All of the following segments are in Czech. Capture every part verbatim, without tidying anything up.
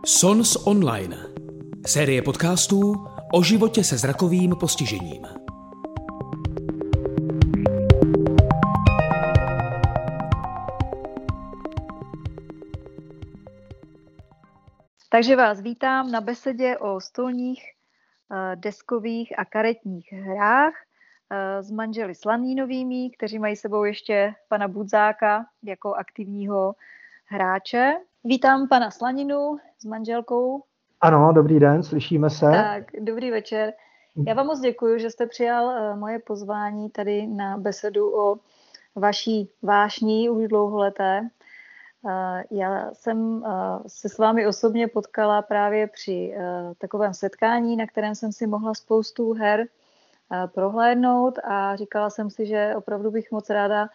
Sons Online. Série podcastů o životě se zrakovým postižením. Takže vás vítám na besedě o stolních, deskových a karetních hrách s manželi Slanínovými, kteří mají sebou ještě pana Budzáka jako aktivního hráče. Vítám pana Slaninu s manželkou. Ano, dobrý den, slyšíme se. Tak, dobrý večer. Já vám moc děkuji, že jste přijal moje pozvání tady na besedu o vaší vášní už dlouholeté. Já jsem se s vámi osobně potkala právě při takovém setkání, na kterém jsem si mohla spoustu her prohlédnout a říkala jsem si, že opravdu bych moc ráda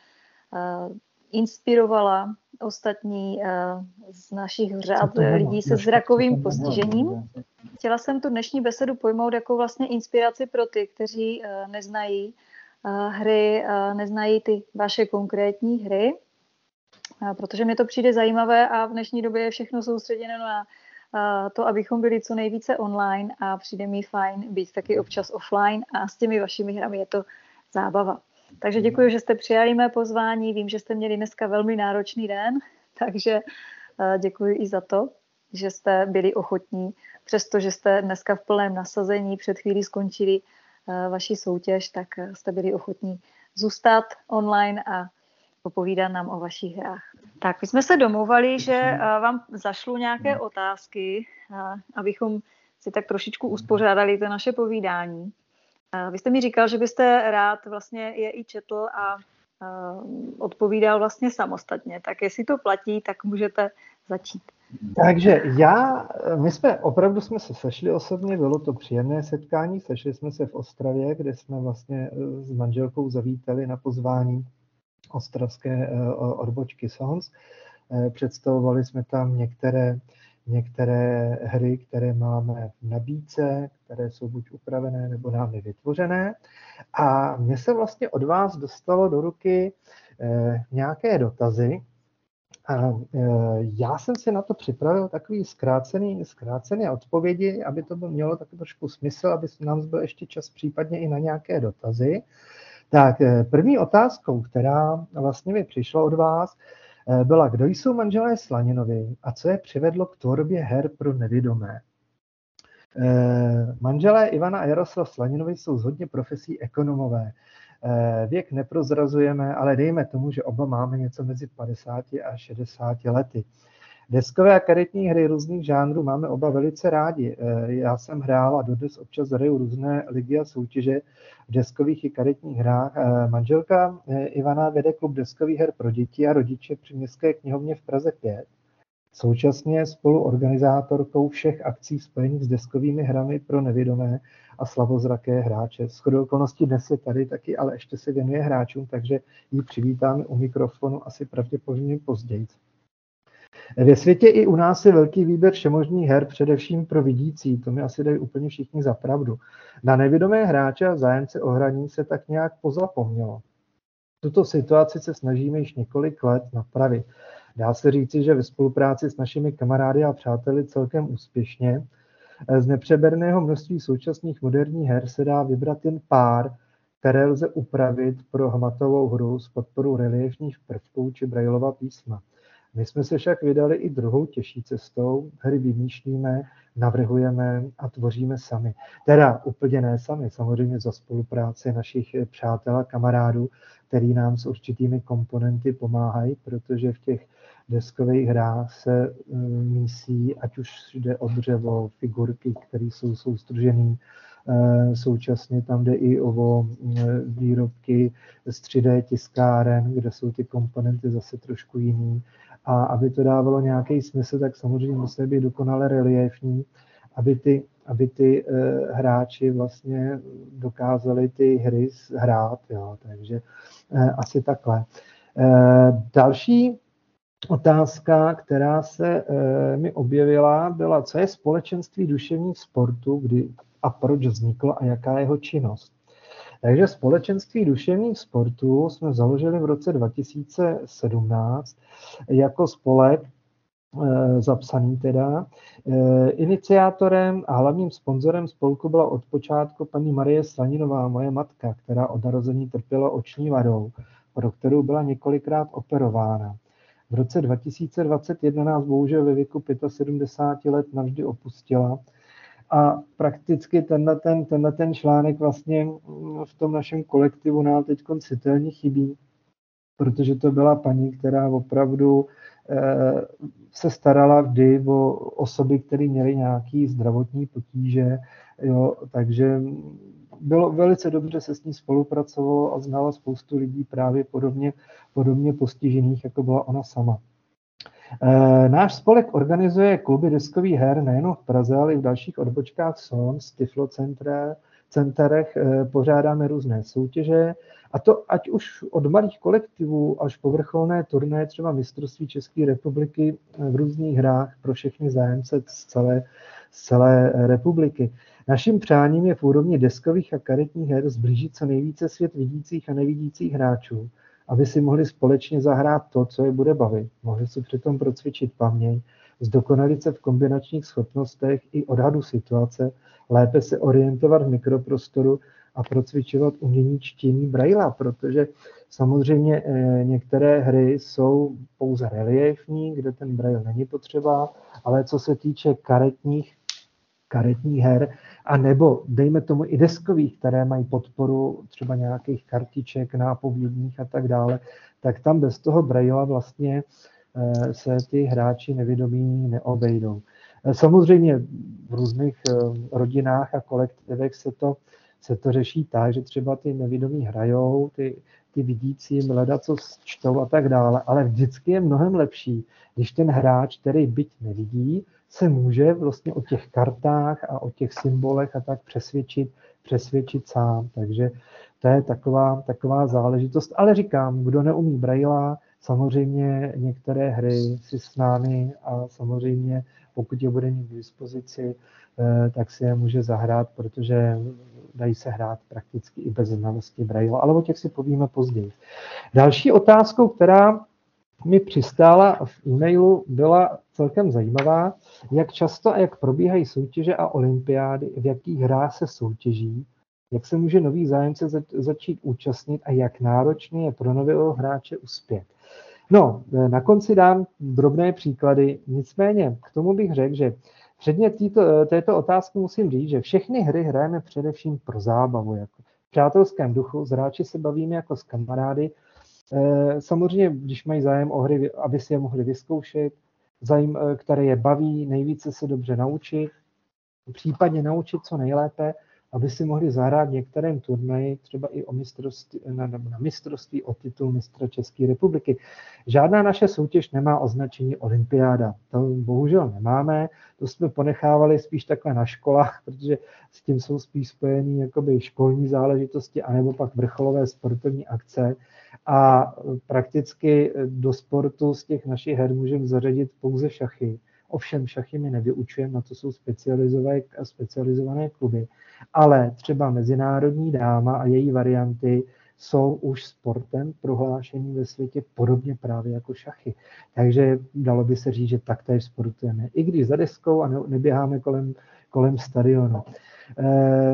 inspirovala ostatní z našich řad lidí se zrakovým postižením. Chtěla jsem tu dnešní besedu pojmout jako vlastně inspiraci pro ty, kteří neznají hry, neznají ty vaše konkrétní hry, protože mi to přijde zajímavé a v dnešní době je všechno soustředěno na to, abychom byli co nejvíce online a přijde mi fajn být taky občas offline a s těmi vašimi hrami je to zábava. Takže děkuji, že jste přijali mé pozvání. Vím, že jste měli dneska velmi náročný den, takže děkuji i za to, že jste byli ochotní, přestože jste dneska v plném nasazení před chvílí skončili vaši soutěž, tak jste byli ochotní zůstat online a popovídat nám o vašich hrách. Tak, my jsme se domluvali, že vám zašlu nějaké otázky, abychom si tak trošičku uspořádali to naše povídání. Vy jste mi říkal, že byste rád vlastně je i četl a odpovídal vlastně samostatně. Tak jestli to platí, tak můžete začít. Takže já, my jsme opravdu jsme se sešli osobně, bylo to příjemné setkání, sešli jsme se v Ostravě, kde jsme vlastně s manželkou zavítali na pozvání ostravské odbočky Sons. Představovali jsme tam některé, některé hry, které máme v nabídce, které jsou buď upravené nebo námi vytvořené. A mně se vlastně od vás dostalo do ruky nějaké dotazy. A já jsem si na to připravil takový zkrácený, zkrácené odpovědi, aby to mělo taky trošku smysl, aby nám zbyl ještě čas případně i na nějaké dotazy. Tak první otázkou, která vlastně mi přišla od vás, byla, kdo jsou manželé Slaninovi a co je přivedlo k tvorbě her pro nevidomé. Manželé Ivana a Jaroslav Slaninovi jsou z hodně profesí ekonomové. Věk neprozrazujeme, ale dejme tomu, že oba máme něco mezi padesáti a šedesáti lety. Deskové a karetní hry různých žánrů máme oba velice rádi. Já jsem hrál a dodnes občas hraju různé ligy a soutěže v deskových i karetních hrách. Manželka Ivana vede klub deskových her pro děti a rodiče při Městské knihovně v Praze pět. Současně je spoluorganizátorkou všech akcí spojených s deskovými hrami pro nevidomé a slabozraké hráče. Shodou okolností dnes je tady taky, ale ještě se věnuje hráčům, takže ji přivítáme u mikrofonu asi pravděpodobně později. Ve světě i u nás je velký výběr všemožných her, především pro vidící, to mi asi dají úplně všichni za pravdu. Na nevidomé hráče a zájemce o hraní se tak nějak pozapomnělo. Tuto situaci se snažíme již několik let napravit. Dá se říci, že ve spolupráci s našimi kamarády a přáteli celkem úspěšně. Z nepřeberného množství současných moderních her se dá vybrat jen pár, které lze upravit pro hmatovou hru s podporou reliefních prvků či Braillova písma. My jsme se však vydali i druhou těžší cestou. Hry vymýšlíme, navrhujeme a tvoříme sami. Teda úplně ne sami, samozřejmě za spolupráce našich přátel a kamarádů, který nám s určitými komponenty pomáhají, protože v těch deskových hrách se mísí, ať už jde o dřevo, figurky, které jsou soustrženy. Současně tam jde i o výrobky z tři dé tiskáren, kde jsou ty komponenty zase trošku jiný. A aby to dávalo nějaký smysl, tak samozřejmě musí být dokonale reliefní, aby ty, aby ty uh, hráči vlastně dokázali ty hry hrát. Jo. Takže uh, asi takhle. Uh, další otázka, která se uh, mi objevila, byla, co je společenství duševních sportů, kdy a proč vzniklo a jaká je jeho činnost. Takže společenství duševních sportů jsme založili v roce dva tisíce sedmnáct jako spolek zapsaný teda. Iniciátorem a hlavním sponzorem spolku byla od počátku paní Marie Slaninová, moje matka, která od narození trpěla oční vadou, pro kterou byla několikrát operována. V roce dva tisíce dvacet jedna nás bohužel ve věku sedmdesáti pěti let navždy opustila a prakticky tenhle ten, tenhle ten článek vlastně v tom našem kolektivu nám teď citelně chybí, protože to byla paní, která opravdu se starala vždy o osoby, které měly nějaké zdravotní potíže, jo, takže bylo velice dobře, se s ní spolupracovalo a znala spoustu lidí právě podobně, podobně postižených, jako byla ona sama. E, náš spolek organizuje kluby deskových her nejen v Praze, ale i v dalších odbočkách S O N, Tiflo centre, centerech, e, pořádáme různé soutěže, a to ať už od malých kolektivů až po vrcholné turné, třeba mistrovství České republiky v různých hrách pro všechny zájemce z celé, z celé republiky. Naším přáním je v úrovni deskových a karetních her zblížit co nejvíce svět vidících a nevidících hráčů, aby si mohli společně zahrát to, co je bude bavit. Mohli si přitom procvičit paměť, zdokonalit se v kombinačních schopnostech i odhadu situace, lépe se orientovat v mikroprostoru a procvičovat umění čtení Brailla, protože samozřejmě některé hry jsou pouze reliefní, kde ten Braille není potřeba, ale co se týče karetních, karetních her, a nebo dejme tomu i deskových, které mají podporu třeba nějakých kartiček, nápovědních a tak dále, tak tam bez toho Brailla vlastně se ty hráči nevědomí neobejdou. Samozřejmě v různých rodinách a kolektivech se to se to řeší tak, že třeba ty nevědomí hrajou, ty, ty vidící hledat, co čtou a tak dále, ale vždycky je mnohem lepší, když ten hráč, který byť nevidí, se může vlastně o těch kartách a o těch symbolech a tak přesvědčit, přesvědčit sám. Takže to je taková, taková záležitost. Ale říkám, kdo neumí Brailla, samozřejmě některé hry si s námi a samozřejmě pokud je bude mít k dispozici, tak si je může zahrát, protože dají se hrát prakticky i bez znalosti Braille, ale o těch si povíme později. Další otázkou, která mi přistála v e-mailu, byla celkem zajímavá, jak často a jak probíhají soutěže a olympiády, v jakých hrách se soutěží, jak se může nový zájemce začít účastnit a jak náročně je pro nového hráče uspět. No, na konci dám drobné příklady, nicméně k tomu bych řekl, že předmět této, této otázky musím říct, že všechny hry hrajeme především pro zábavu, jako v přátelském duchu, s hráči se bavíme jako s kamarády. Samozřejmě, když mají zájem o hry, aby si je mohli vyzkoušet, zájem, které je baví, nejvíce se dobře naučit, případně naučit co nejlépe, aby si mohli zahrát v některém turnaji, třeba i o mistrovství, na, na mistrovství o titul mistra České republiky. Žádná naše soutěž nemá označení olympiáda. To bohužel nemáme, to jsme ponechávali spíš takhle na školách, protože s tím jsou spíš spojený jakoby školní záležitosti, anebo pak vrcholové sportovní akce. A prakticky do sportu z těch našich her můžeme zařadit pouze šachy. Ovšem šachy my nevyučujeme, na to jsou specializované, specializované kluby. Ale třeba mezinárodní dáma a její varianty jsou už sportem prohlášený ve světě podobně právě jako šachy. Takže dalo by se říct, že taktéž sportujeme. I když za deskou a ne, neběháme kolem, kolem stadionu. E,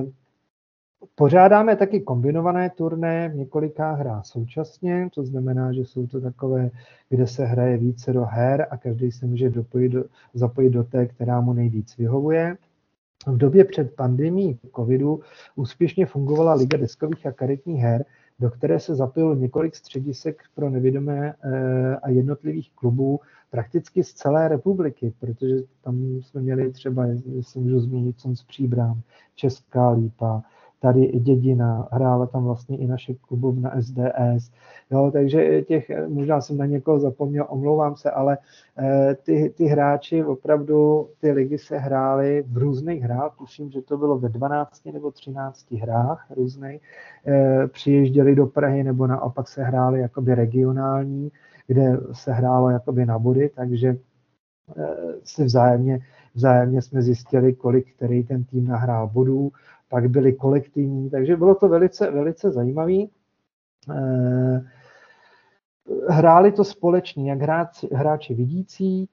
pořádáme taky kombinované turné v několika hrách současně, to znamená, že jsou to takové, kde se hraje více do her a každý se může dopojit do, zapojit do té, která mu nejvíc vyhovuje. V době před pandemií covidu úspěšně fungovala Liga deskových a karetních her, do které se zapojilo několik středisek pro nevidomé a jednotlivých klubů prakticky z celé republiky, protože tam jsme měli třeba, jestli můžu zmínit, Slunc Příbram, Česká Lípa, tady i Dědina, hrála tam vlastně i naše klubovna S D S. Jo, takže těch, možná jsem na někoho zapomněl, omlouvám se, ale eh, ty, ty hráči opravdu, ty ligy se hrály v různých hrách, tuším, že to bylo ve dvanácti nebo třinácti hrách různých, eh, přiježděli do Prahy nebo naopak se hrály jakoby regionální, kde se hrálo jakoby na body, takže eh, si vzájemně, vzájemně jsme zjistili, kolik který ten tým nahrál bodů, pak byly kolektivní, takže bylo to velice, velice zajímavé. Hráli to společně jak hráči, hráči vidící, tak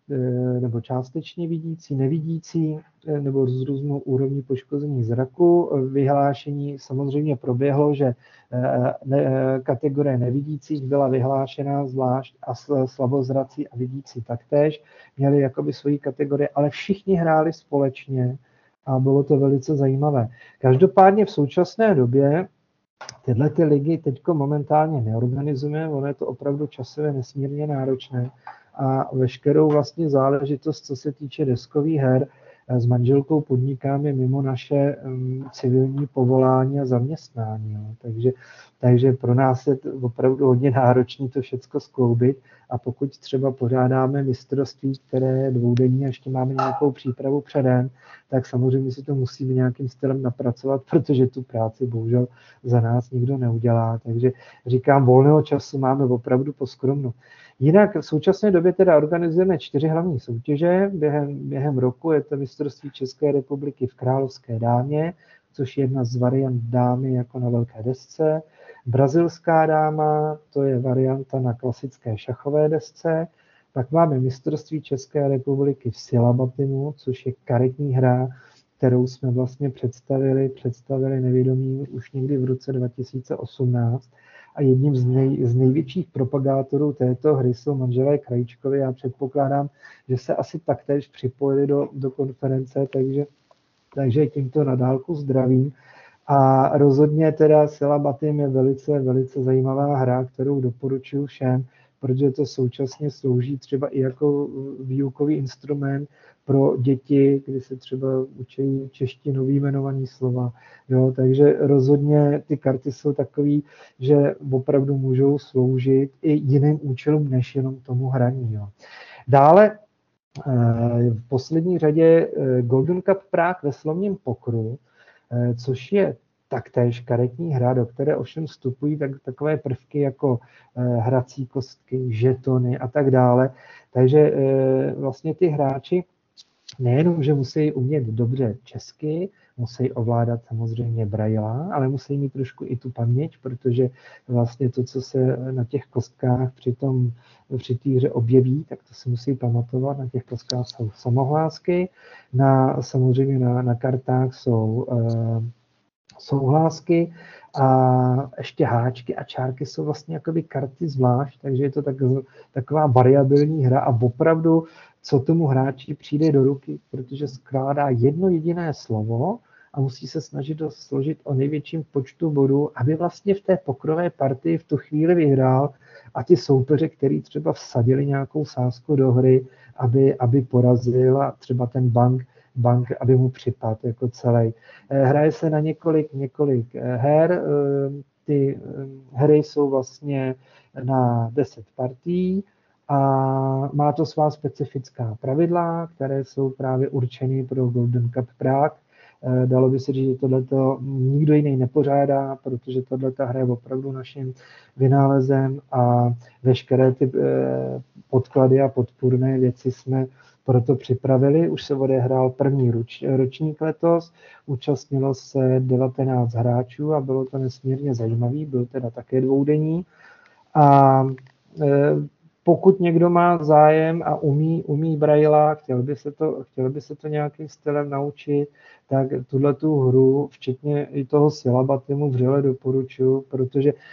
nebo částečně vidící, nevidící, nebo s různou úrovní poškození zraku. Vyhlášení samozřejmě proběhlo, že kategorie nevidících byla vyhlášena zvlášť a slabozrací a vidící taktéž. Měli jakoby svoji kategorii, ale všichni hráli společně a bylo to velice zajímavé. Každopádně v současné době tyhle ty ligy teďko momentálně neorganizujeme, ono je to opravdu časově nesmírně náročné a veškerou vlastně záležitost, co se týče deskových her, s manželkou podnikáme mimo naše um, civilní povolání a zaměstnání. Jo. Takže, takže pro nás je to opravdu hodně náročné to všecko skloubit a pokud třeba pořádáme mistrovství, které je dvoudenní a ještě máme nějakou přípravu předem, tak samozřejmě si to musíme nějakým stylem napracovat, protože tu práci bohužel za nás nikdo neudělá. Takže říkám, volného času máme opravdu poskromno. Jinak v současné době teda organizujeme čtyři hlavní soutěže. Během, během roku je to mistrovství České republiky v královské dámě, což je jedna z variant dámy jako na velké desce. Brazilská dáma, to je varianta na klasické šachové desce. Pak máme mistrovství České republiky v Silabatimu, což je karetní hra, kterou jsme vlastně představili, představili nevědomí už někdy v roce dva tisíce osmnáct. A jedním z, nej, z největších propagátorů této hry jsou manželé Krajíčkovi. Já předpokládám, že se asi taktéž připojili do, do konference, takže, takže tímto na dálku zdravím. A rozhodně teda Silabatim je velice, velice zajímavá hra, kterou doporučuji všem, protože to současně slouží třeba i jako výukový instrument pro děti, kdy se třeba učí češtinu, vyjmenovaný slova. Jo, takže rozhodně ty karty jsou takový, že opravdu můžou sloužit i jiným účelům, než jenom tomu hraní. Jo. Dále v poslední řadě Golden Cup Prague ve slovním pokru, což je taktéž karetní hra, do které ovšem vstupují tak, takové prvky jako eh, hrací kostky, žetony a tak dále. Takže eh, vlastně ty hráči nejenom, že musí umět dobře česky, musí ovládat samozřejmě braila, ale musí mít trošku i tu paměť, protože vlastně to, co se na těch kostkách při tom, při té hře objeví, tak to si musí pamatovat. Na těch kostkách jsou samohlásky, na, samozřejmě na, na kartách jsou eh, souhlásky a ještě háčky a čárky jsou vlastně jakoby karty zvlášť, takže je to tak, taková variabilní hra a opravdu, co tomu hráči přijde do ruky, protože skládá jedno jediné slovo a musí se snažit to složit o největším počtu bodů, aby vlastně v té pokrové partii v tu chvíli vyhrál a ty soupeře, který třeba vsadili nějakou sázku do hry, aby, aby porazil a třeba ten bank bank, aby mu připadl jako celý. Hraje se na několik, několik her. Ty hry jsou vlastně na deset partií a má to svá specifická pravidla, které jsou právě určeny pro Golden Cup Prague. Dalo by se říct, že tohleto nikdo jiný nepořádá, protože tohleto hra je opravdu naším vynálezem a veškeré ty podklady a podpůrné věci jsme proto připravili. Už se odehrál první roč, ročník letos, účastnilo se devatenáct hráčů a bylo to nesmírně zajímavý, byl teda také dvoudenní. A e, pokud někdo má zájem a umí, umí braila, chtěl by se to, chtěl by se to nějakým stylem naučit, tak tuhletu hru, včetně i toho Silabatimu, vřele doporučuji, protože e,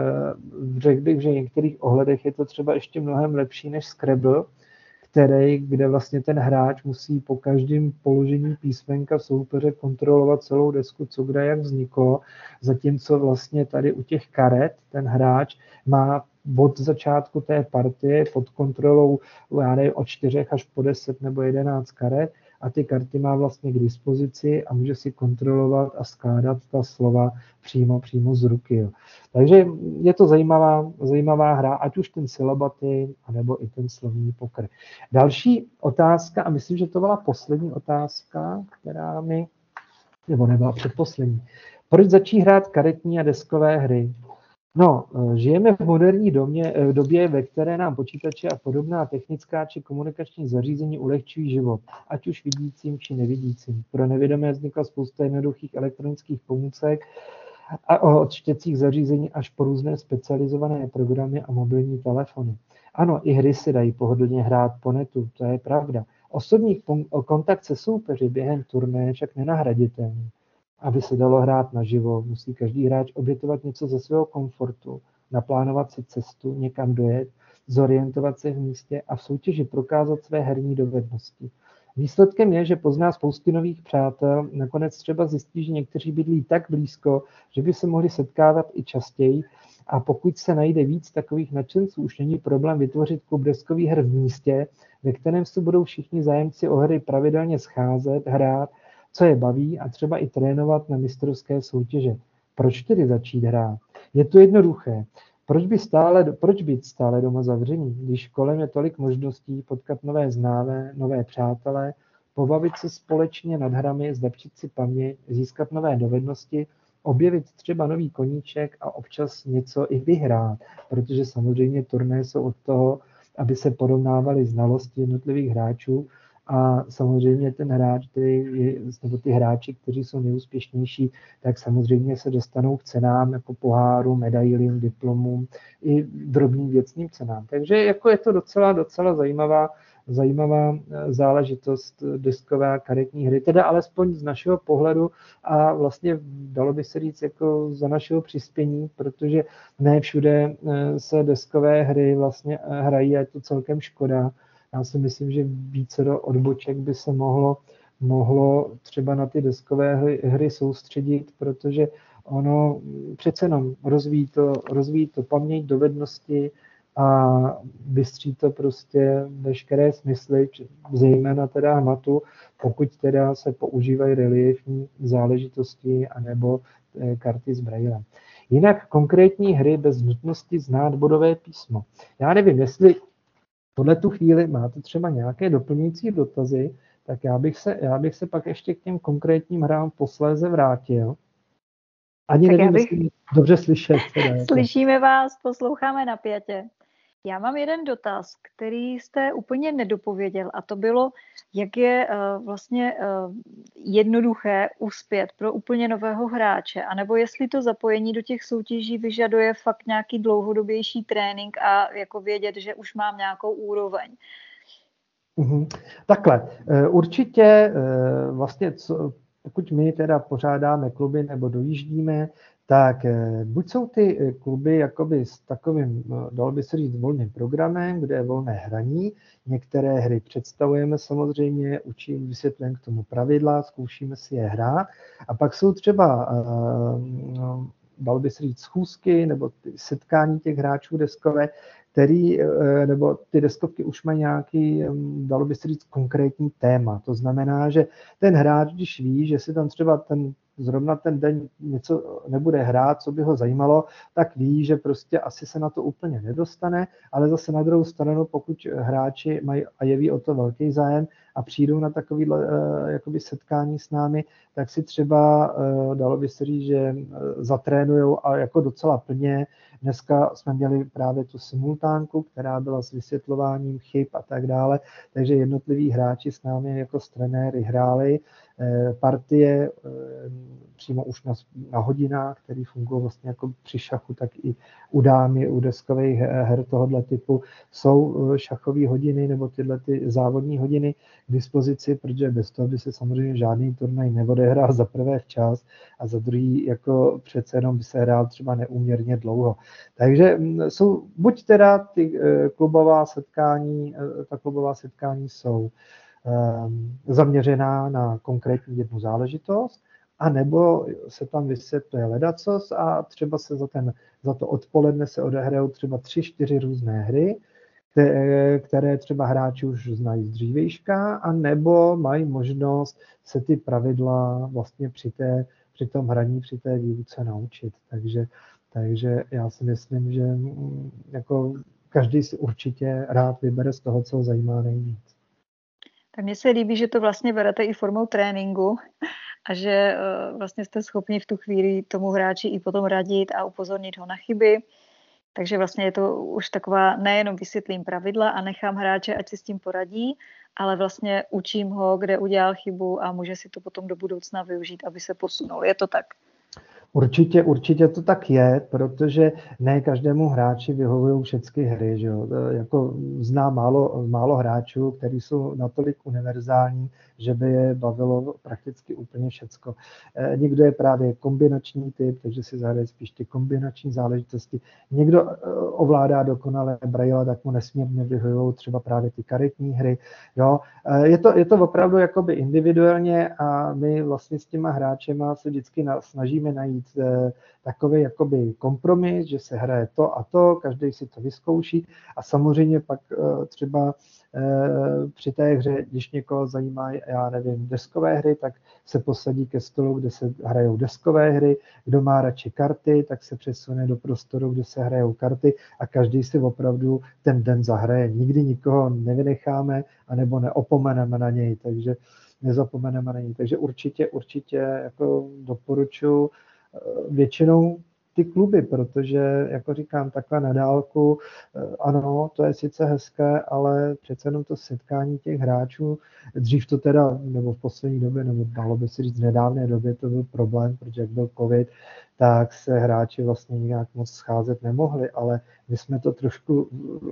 řekl bych, že v některých ohledech je to třeba ještě mnohem lepší než Scrabble, který, kde vlastně ten hráč musí po každém položení písmenka soupeře kontrolovat celou desku, co kde jak vzniklo, zatímco vlastně tady u těch karet ten hráč má od začátku té partie pod kontrolou, já nevím, od čtyřech až po deset nebo jedenáct karet a ty karty má vlastně k dispozici a může si kontrolovat a skládat ta slova přímo, přímo z ruky. Jo. Takže je to zajímavá, zajímavá hra, ať už ten Silabatim, anebo i ten slovní pokr. Další otázka, a myslím, že to byla poslední otázka, která mi, nebo nebyla předposlední. Proč začít hrát karetní a deskové hry? No, žijeme v moderní domě, v době, ve které nám počítače a podobná technická či komunikační zařízení ulehčují život, ať už vidícím či nevidícím. Pro nevědomé vznikla spousta jednoduchých elektronických pomůcek A od čtěcích zařízení až po různé specializované programy a mobilní telefony. Ano, i hry se dají pohodlně hrát po netu, to je pravda. Osobní kontakt se soupeři během turnaje je však nenahraditelný. Aby se dalo hrát naživo, musí každý hráč obětovat něco ze svého komfortu, naplánovat si cestu, někam dojet, zorientovat se v místě a v soutěži prokázat své herní dovednosti. Výsledkem je, že pozná spousty nových přátel, nakonec třeba zjistí, že někteří bydlí tak blízko, že by se mohli setkávat i častěji, a pokud se najde víc takových nadšenců, už není problém vytvořit klub deskových her v místě, ve kterém se budou všichni zájemci o hry pravidelně scházet, hrát, co je baví a třeba i trénovat na mistrovské soutěže. Proč tedy začít hrát? Je to jednoduché. Proč, by stále, proč být stále doma zavření, když kolem je tolik možností potkat nové známé, nové přátelé, pobavit se společně nad hrami, zlepšit si paměť, získat nové dovednosti, objevit třeba nový koníček a občas něco i vyhrát, protože samozřejmě turnaje jsou od toho, aby se porovnávaly znalosti jednotlivých hráčů a samozřejmě ten hráč, který je, nebo ty hráči, kteří jsou nejúspěšnější, tak samozřejmě se dostanou k cenám jako poháru, medailím, diplomům i drobným věcným cenám. Takže jako je to docela, docela zajímavá, zajímavá záležitost deskové a karetní hry, teda alespoň z našeho pohledu a vlastně dalo by se říct jako za našeho přispění, protože ne všude se deskové hry vlastně hrají a je to celkem škoda. Já si myslím, že více do odboček by se mohlo, mohlo třeba na ty deskové hry, hry soustředit, protože ono přece jenom rozvíjí to, rozvíjí to paměť, dovednosti a bystří to prostě veškeré smysly, zejména teda hmatu, pokud teda se používají reliefní záležitosti anebo karty s braillem. Jinak konkrétní hry bez nutnosti znát bodové písmo. Já nevím, jestli podle tu chvíli máte třeba nějaké doplňující dotazy, tak já bych se, já bych se pak ještě k těm konkrétním hrám posléze vrátil. Ani tak nevím, bych... jestli dobře slyšet. Teda, Slyšíme vás, posloucháme napjatě. Já mám jeden dotaz, který jste úplně nedopověděl, a to bylo, jak je uh, vlastně uh, jednoduché uspět pro úplně nového hráče, anebo jestli to zapojení do těch soutěží vyžaduje fakt nějaký dlouhodobější trénink a jako vědět, že už mám nějakou úroveň. Mm-hmm. Takhle, určitě vlastně, co, pokud my teda pořádáme kluby nebo dojíždíme, tak buď jsou ty kluby jakoby s takovým, dalo by se říct, volným programem, kde je volné hraní. Některé hry představujeme samozřejmě, učím, vysvětlujeme k tomu pravidla, zkoušíme si je hrát. A pak jsou třeba, dalo by se říct, schůzky nebo setkání těch hráčů deskové, který, nebo ty deskovky už mají nějaký, dalo by se říct, konkrétní téma. To znamená, že ten hráč, když ví, že si tam třeba ten zrovna ten den něco nebude hrát, co by ho zajímalo, tak ví, že prostě asi se na to úplně nedostane, ale zase na druhou stranu, pokud hráči mají a jeví o to velký zájem a přijdou na takovýhle jakoby setkání s námi, tak si třeba, dalo by se říct, že zatrénujou a jako docela plně. Dneska jsme měli právě tu simultánku, která byla s vysvětlováním chyb a tak dále, takže jednotliví hráči s námi jako s trenéry hráli partie přímo už na, na hodinách, které fungují vlastně jako při šachu, tak i u dámy, u deskových her tohoto typu jsou šachové hodiny nebo tyhle ty závodní hodiny k dispozici, protože bez toho by se samozřejmě žádný turnaj neodehrál za prvé včas a za druhý jako přece jenom by se hrál třeba neúměrně dlouho. Takže jsou buď teda ty klubová setkání, ta klubová setkání jsou zaměřená na konkrétní jednu záležitost, a nebo se tam vysvětluje ledacos a třeba se za, ten, za to odpoledne se odehrajou třeba tři, čtyři různé hry, které, které třeba hráči už znají z dřívejška, a nebo mají možnost se ty pravidla vlastně při, té, při tom hraní, při té výuce naučit. Takže, takže já si myslím, že jako každý si určitě rád vybere z toho, co ho zajímá nejvíc. Tak mně se líbí, že to vlastně berete i formou tréninku a že uh, vlastně jste schopni v tu chvíli tomu hráči i potom radit a upozornit ho na chyby. Takže vlastně je to už taková, nejenom vysvětlím pravidla a nechám hráče, ať si s tím poradí, ale vlastně učím ho, kde udělal chybu a může si to potom do budoucna využít, aby se posunul. Je to tak? Určitě, určitě to tak je, protože ne každému hráči vyhovují všechny hry. Že jo? Jako znám málo, málo hráčů, kteří jsou natolik univerzální, že by je bavilo prakticky úplně všecko. E, někdo je právě kombinační typ, takže si zahraje spíš ty kombinační záležitosti. Někdo ovládá dokonale Braille, tak mu nesmírně vyhovují třeba právě ty karetní hry. Jo? E, je, to, je to opravdu jakoby individuálně a my vlastně s těma hráčema se vždycky na, snažíme najít takový jakoby kompromis, že se hraje to a to, každý si to vyzkouší a samozřejmě pak třeba při té hře, když někoho zajímá, já nevím, deskové hry, tak se posadí ke stolu, kde se hrajou deskové hry, kdo má radši karty, tak se přesune do prostoru, kde se hrajou karty a každý si opravdu ten den zahraje. Nikdy nikoho nevynecháme anebo neopomeneme na něj, takže nezapomeneme na něj. Takže určitě, určitě jako doporučuji většinou ty kluby, protože, jako říkám, takhle na dálku, ano, to je sice hezké, ale přece jenom to setkání těch hráčů, dřív to teda, nebo v poslední době, nebo dalo by se říct v nedávné době, to byl problém, protože jak byl covid, tak se hráči vlastně nějak moc scházet nemohli, ale my jsme to trošku,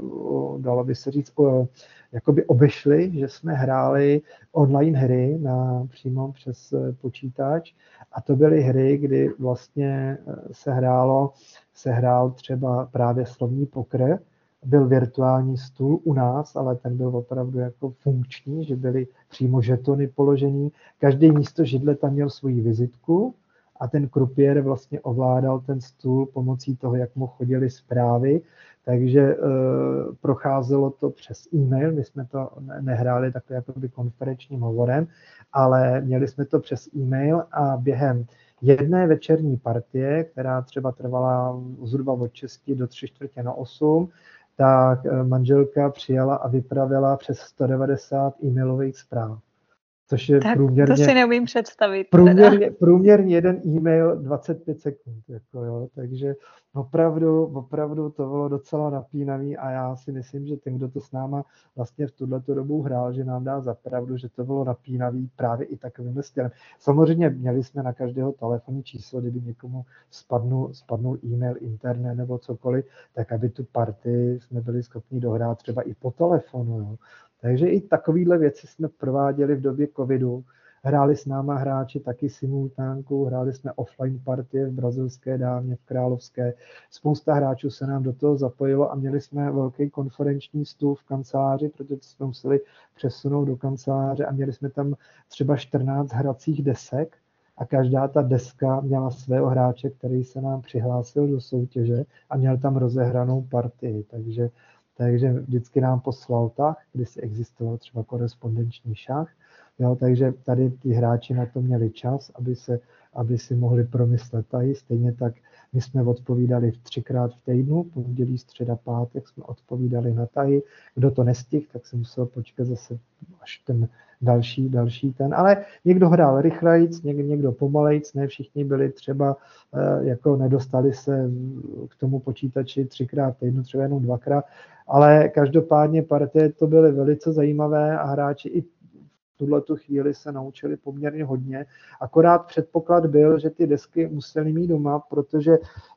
dalo by se říct, jakoby obešli, že jsme hráli online hry na, přímo přes počítač a to byly hry, kdy vlastně se hrálo, se hrál třeba právě slovní poker, byl virtuální stůl u nás, ale ten byl opravdu jako funkční, že byly přímo žetony položený. Každý místo židle tam měl svoji vizitku a ten krupiér vlastně ovládal ten stůl pomocí toho, jak mu chodily zprávy, takže e, procházelo to přes e-mail, my jsme to nehráli takovým jakoby konferenčním hovorem, ale měli jsme to přes e-mail a během jedné večerní partie, která třeba trvala zhruba od šesti do tři čtvrtě na osm, tak manželka přijala a vypravila přes sto devadesát e-mailových zpráv. Což je tak průměrně, to si neumím představit. Průměrně, průměrně jeden e-mail dvacet pět sekund. Jako jo. Takže opravdu, opravdu to bylo docela napínavý a já si myslím, že ten, kdo to s náma vlastně v tuhletu dobu hrál, že nám dá za pravdu, že to bylo napínavý právě i takovým stylem. Samozřejmě měli jsme na každého telefonní číslo, kdyby někomu spadnul, spadnul e-mail, internet nebo cokoliv, tak aby tu partii jsme byli schopni dohrát třeba i po telefonu. Jo. Takže i takovéhle věci jsme prováděli v době covidu. Hráli s náma hráči taky simultánku, hráli jsme offline partie v brazilské dámě, v královské. Spousta hráčů se nám do toho zapojilo a měli jsme velký konferenční stůl v kanceláři, protože jsme museli přesunout do kanceláře a měli jsme tam třeba čtrnáct hracích desek a každá ta deska měla svého hráče, který se nám přihlásil do soutěže a měl tam rozehranou partii. Takže Takže vždycky nám poslal tah, když existoval třeba korespondenční šach. Jo, takže tady ty hráči na to měli čas, aby, se, aby si mohli promyslet tahy. Stejně tak my jsme odpovídali třikrát v týdnu, pondělí, středa, pátek jsme odpovídali na tahy. Kdo to nestihl, tak se musel počkat zase až ten další, další ten. Ale někdo hrál rychlejc, někdo pomalejc, ne všichni byli třeba, jako nedostali se k tomu počítači třikrát v týdnu, třeba jenom dvakrát. Ale každopádně partie to byly velice zajímavé a hráči i v tuhletu chvíli se naučili poměrně hodně. Akorát předpoklad byl, že ty desky museli mít doma, protože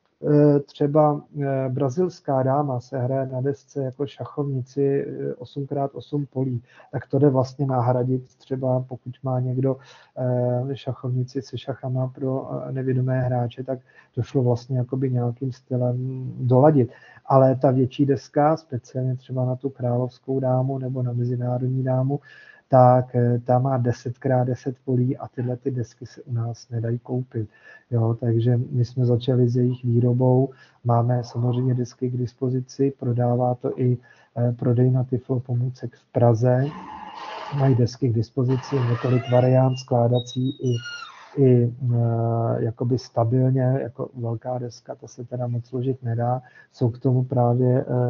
třeba brazilská dáma se hraje na desce jako šachovnici osm krát osm polí, tak to jde vlastně nahradit třeba pokud má někdo šachovnici se šachama pro nevědomé hráče, tak to šlo vlastně jakoby nějakým stylem doladit. Ale ta větší deska, speciálně třeba na tu královskou dámu nebo na mezinárodní dámu, tak ta má deset krát deset polí a tyhle ty desky se u nás nedají koupit. Jo, takže my jsme začali s jejich výrobou, máme samozřejmě desky k dispozici, prodává to i prodejna Tiflo pomůcek v Praze, mají desky k dispozici, několik variant skládací i, i uh, jakoby stabilně, jako velká deska, to se teda moc složit nedá, jsou k tomu právě uh,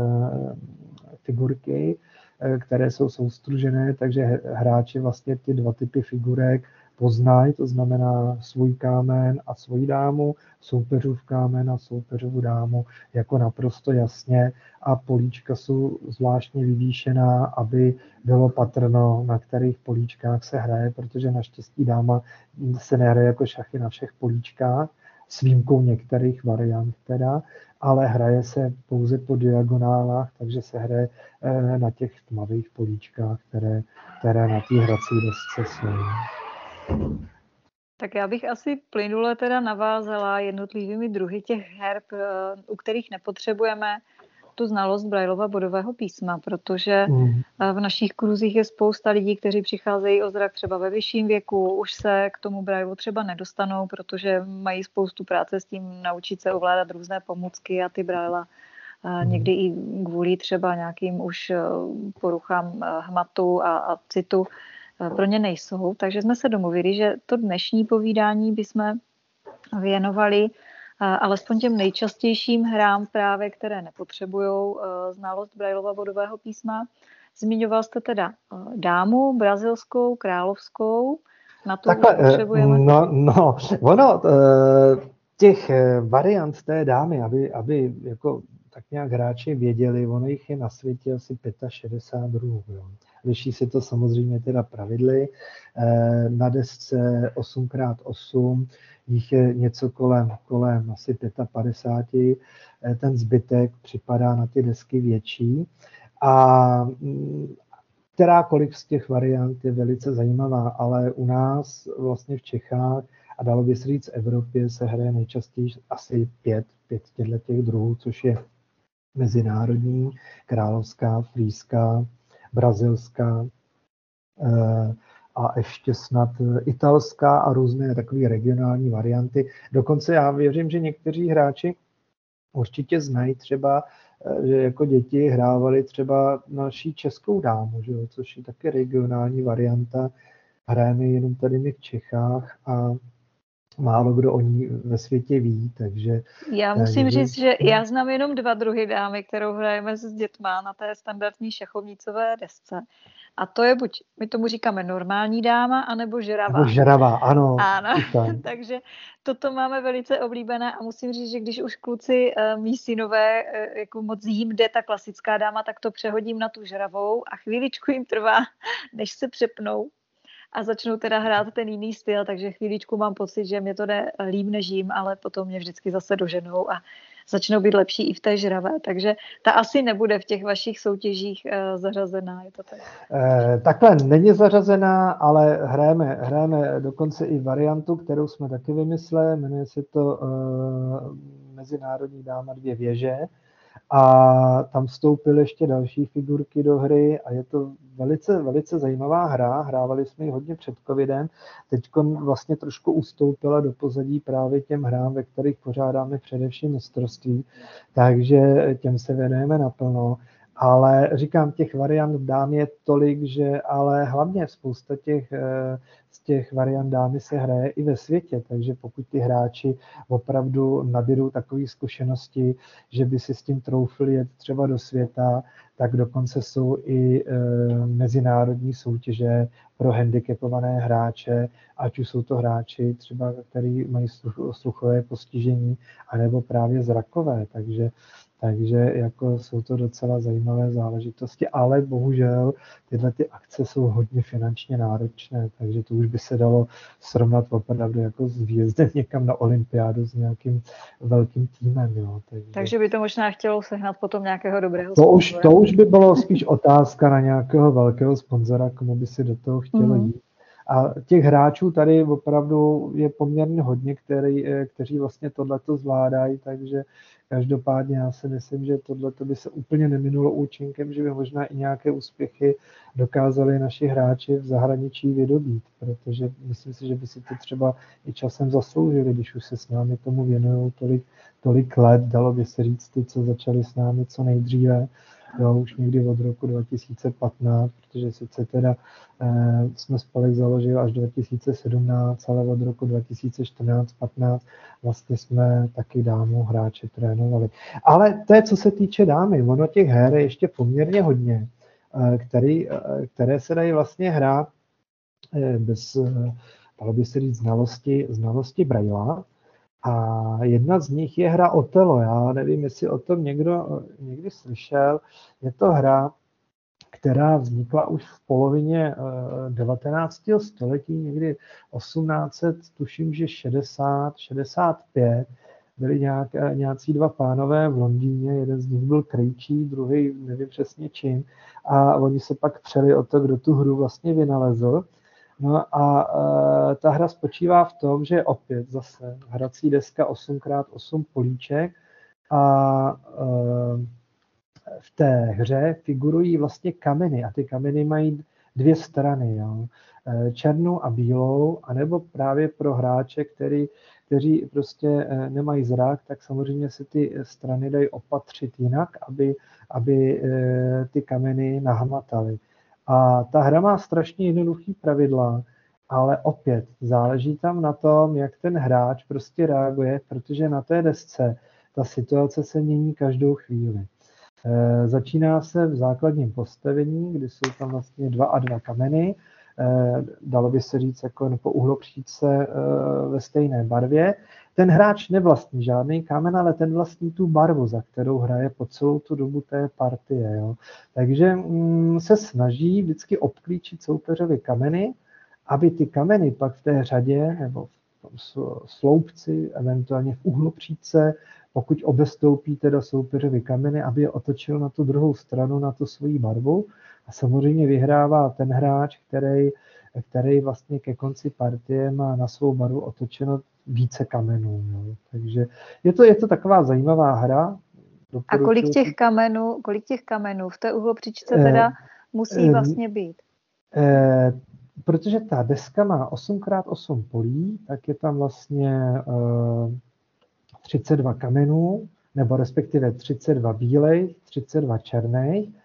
figurky, které jsou soustružené, takže hráči vlastně ty dva typy figurek poznají, to znamená svůj kámen a svoji dámu, soupeřův kámen a soupeřovu dámu jako naprosto jasně a políčka jsou zvláštně vyvýšená, aby bylo patrno, na kterých políčkách se hraje, protože naštěstí dáma se nehraje jako šachy na všech políčkách, s výjimkou některých variant teda, ale hraje se pouze po diagonálách, takže se hraje na těch tmavých políčkách, které, které na té hrací desce jsou. Tak já bych asi plynule teda navázala jednotlivými druhy těch her, u kterých nepotřebujeme tu znalost Braillova bodového písma, protože v našich kruzích je spousta lidí, kteří přicházejí o zrak třeba ve vyšším věku, už se k tomu Braillu třeba nedostanou, protože mají spoustu práce s tím naučit se ovládat různé pomůcky a ty Brailla někdy i kvůli třeba nějakým už poruchám hmatu a, a citu pro ně nejsou. Takže jsme se domluvili, že to dnešní povídání bychom věnovali alespoň těm nejčastějším hrám právě, které nepotřebují znalost Braillova bodového písma. Zmiňoval jste teda dámu, brazilskou, královskou, na to Takhle, potřebujeme. No, no, ono, těch variant té dámy, aby, aby jako tak nějak hráči věděli, ono jich je na světě asi šedesát pět druhů. Jo. Liší se to samozřejmě teda pravidly. Na desce osm krát osm jich je něco kolem, kolem asi padesát pět. Ten zbytek připadá na ty desky větší. A kterákoliv z těch variant je velice zajímavá, ale u nás vlastně v Čechách a dalo by se říct v Evropě se hraje nejčastěji asi pět, pět těch druhů, což je mezinárodní, královská, frýská, brazilská eh, a ještě snad italská a různé takové regionální varianty. Dokonce já věřím, že někteří hráči určitě znají třeba, že jako děti hrávali třeba naší českou dámu, že jo, což je taky regionální varianta. Hrajeme jenom tady my v Čechách a málo kdo o ní ve světě ví, takže... Já musím takže... říct, že já znám jenom dva druhy dámy, kterou hrajeme s dětma na té standardní šachovnicové desce. A to je buď, my tomu říkáme normální dáma, anebo žravá. Nebo žravá, ano. Ano, takže toto máme velice oblíbené a musím říct, že když už kluci, mý synové, jako moc jim jde ta klasická dáma, tak to přehodím na tu žravou a chvíličku jim trvá, než se přepnou a začnou teda hrát ten jiný styl, takže chvíličku mám pocit, že mě to jde líp než jim, ale potom mě vždycky zase doženou a začnou být lepší i v té žravé, takže ta asi nebude v těch vašich soutěžích uh, zařazená, je to tak? Eh, takhle není zařazená, ale hrajeme, hrajeme dokonce i variantu, kterou jsme taky vymysleli, jmenuje se to uh, Mezinárodní dáma dvě věže a tam vstoupily ještě další figurky do hry a je to velice, velice zajímavá hra. Hrávali jsme ji hodně před covidem. Teď vlastně trošku ustoupila do pozadí právě těm hrám, ve kterých pořádáme především mistrovství, takže těm se věnujeme naplno. Ale říkám, těch variant dám je tolik, že ale hlavně spousta těch, z těch variant dámy se hraje i ve světě, takže pokud ty hráči opravdu nabídou takové zkušenosti, že by si s tím troufli jet třeba do světa, tak dokonce jsou i e, mezinárodní soutěže pro handicapované hráče, ať už jsou to hráči třeba, kteří mají sluchové postižení, anebo právě zrakové, takže Takže jako jsou to docela zajímavé záležitosti, ale bohužel tyhle ty akce jsou hodně finančně náročné, takže to už by se dalo srovnat opravdu jako s výjezdem někam na olympiádu s nějakým velkým týmem. Jo. Takže, takže by to možná chtělo sehnat potom nějakého dobrého to už, to už by bylo spíš otázka na nějakého velkého sponzora, komu by si do toho chtělo jít. A těch hráčů tady opravdu je poměrně hodně, který, kteří vlastně tohleto zvládají, takže každopádně já si myslím, že tohleto by se úplně neminulo účinkem, že by možná i nějaké úspěchy dokázali naši hráči v zahraničí vydobít, protože myslím si, že by si to třeba i časem zasloužili, když už se s námi tomu věnují tolik, tolik let, dalo by se říct ty, co začali s námi co nejdříve, jo, už někdy od roku dva tisíce patnáct, protože sice teda eh, jsme spolek založili až dva tisíce sedmnáct, ale od roku dva tisíce čtrnáct patnáct vlastně jsme taky dámu hráče trénovali. Ale to je, co se týče dámy, ono těch her je ještě poměrně hodně, eh, který, eh, které se dají vlastně hrát eh, bez, eh, dalo by se říct, znalosti, znalosti Brailla. A jedna z nich je hra Otelo. Já nevím, jestli o tom někdo někdy slyšel. Je to hra, která vznikla už v polovině devatenáctého století, někdy osmnáct set, tuším, že šedesát, šedesát pět. Byli nějak, nějací dva pánové v Londýně, jeden z nich byl krejčí, druhý nevím přesně čím, a oni se pak přeli o to, kdo tu hru vlastně vynalezl. No a e, ta hra spočívá v tom, že je opět zase hrací deska osm krát osm políček a e, v té hře figurují vlastně kameny a ty kameny mají dvě strany, jo. Černou a bílou, anebo právě pro hráče, který, kteří prostě nemají zrak, tak samozřejmě se ty strany dají opatřit jinak, aby, aby ty kameny nahmataly. A ta hra má strašně jednoduchý pravidla, ale opět záleží tam na tom, jak ten hráč prostě reaguje, protože na té desce ta situace se mění každou chvíli. E, začíná se v základním postavení, kdy jsou tam vlastně dva a dva kameny, e, dalo by se říct jako po uhlopříčce e, ve stejné barvě. Ten hráč nevlastní žádný kámen, ale ten vlastní tu barvu, za kterou hraje po celou tu dobu té partie. Jo. Takže mm, se snaží vždycky obklíčit soupeřovi kameny, aby ty kameny pak v té řadě nebo v tom sloupci, eventuálně v uhlopříčce, pokud obestoupí teda soupeřovi kameny, aby je otočil na tu druhou stranu, na tu svoji barvu. A samozřejmě vyhrává ten hráč, který, který vlastně ke konci partie má na svou barvu otočeno více kamenů. Jo. Takže je to, je to taková zajímavá hra. A kolik těch kamenů, kolik těch kamenů v té uhlopříčce teda eh, musí vlastně být? Eh, protože ta deska má osm krát osm polí, tak je tam vlastně eh, třicet dva kamenů, nebo respektive třicet dva bílej, třicet dva černej,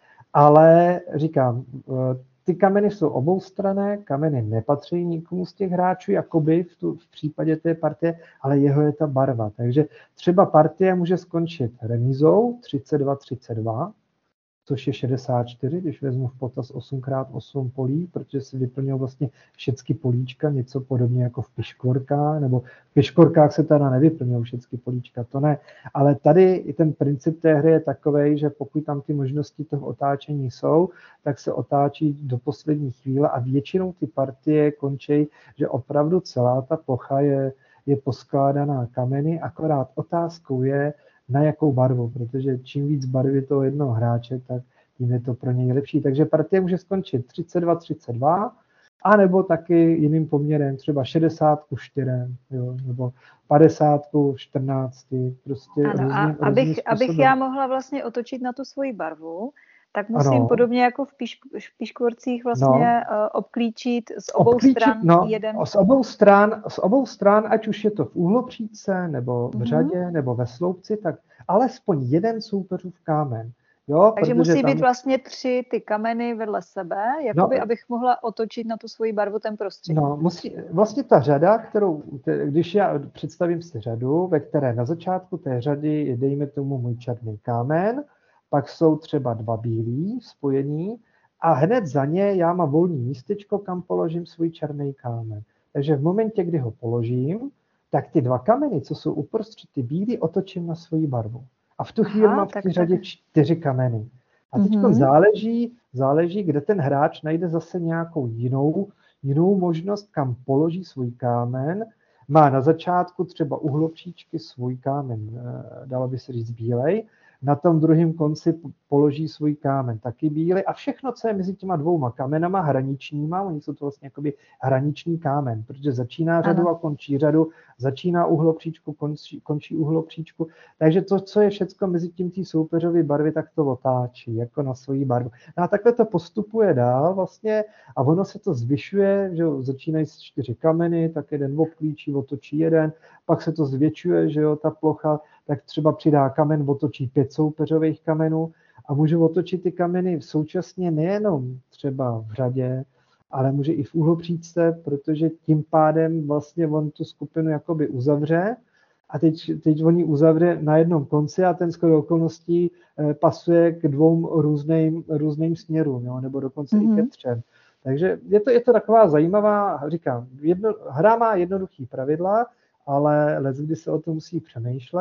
ale říkám, ty kameny jsou oboustranné, kameny nepatří nikomu z těch hráčů, jakoby v, tu, v případě té partie, ale jeho je ta barva. Takže třeba partie může skončit remízou třicet dva třicet dva, což je šedesát čtyři, když vezmu v potaz osm krát osm polí, protože si vyplnil vlastně všechny políčka, něco podobně jako v piškvorkách, nebo v piškvorkách se teda nevyplnil všechny políčka, to ne. Ale tady i ten princip té hry je takovej, že pokud tam ty možnosti toho otáčení jsou, tak se otáčí do poslední chvíle a většinou ty partie končí, že opravdu celá ta plocha je, je poskládaná kameny, akorát otázkou je, na jakou barvu, protože čím víc barvy toho jednoho hráče, tak tím je to pro něj lepší. Takže partie může skončit třicet dva třicet dva, anebo taky jiným poměrem, třeba šedesát ku čtyři, jo, nebo padesát ku čtrnáct. Prostě ano, různým, a abych, abych já mohla vlastně otočit na tu svoji barvu, tak musím ano. podobně jako v píš, píškvorcích vlastně no. obklíčit z obou obklíčit, stran no, jeden. Z obou stran, z obou stran, ať už je to v úhlopříčce, nebo v mm-hmm. řadě, nebo ve sloupci, tak alespoň jeden soupeřův kámen. Jo, takže musí tam být vlastně tři ty kameny vedle sebe, jakoby, no, abych mohla otočit na tu svoji barvu ten prostředí. No, musí, vlastně ta řada, kterou, když já představím si řadu, ve které na začátku té řady je, dejme tomu, můj černý kámen, pak jsou třeba dva bílí spojení a hned za ně já mám volný místečko, kam položím svůj černý kámen. Takže v momentě, kdy ho položím, tak ty dva kameny, co jsou uprostřed ty bílý, otočím na svoji barvu. A v tu chvíli Aha, mám v té řadě čtyři kameny. A teď mm-hmm. záleží, záleží, kde ten hráč najde zase nějakou jinou, jinou možnost, kam položí svůj kámen. Má na začátku třeba uhlopříčky svůj kámen, dalo by se říct bílej, na tom druhém konci položí svůj kámen taky bílý a všechno, co je mezi těma dvouma kamenama hraničníma, oni jsou to vlastně jakoby hraniční kámen, protože začíná řadu ano. a končí řadu, začíná uhlopříčku, končí, končí uhlopříčku, takže to, co je všecko mezi tím tý soupeřový barvy, tak to otáčí, jako na svoji barvu. No a takhle to postupuje dál vlastně a ono se to zvyšuje, že jo, začínají z čtyři kameny, tak jeden obklíčí, otočí jeden, pak se to zvětšuje, že jo, ta plocha, tak třeba přidá kamen, otočí pět soupeřových kamenů a může otočit ty kameny současně nejenom třeba v řadě, ale může i v úhlopříčce, protože tím pádem vlastně on tu skupinu jakoby uzavře a teď, teď on ji uzavře na jednom konci a ten shodou okolností eh, pasuje k dvou různým, různým směrům, jo, nebo dokonce mm-hmm. i ke třem. Takže je to, je to taková zajímavá, říkám, jedno, hra má jednoduchý pravidla, ale leckdy se o tom musí přemýšlet.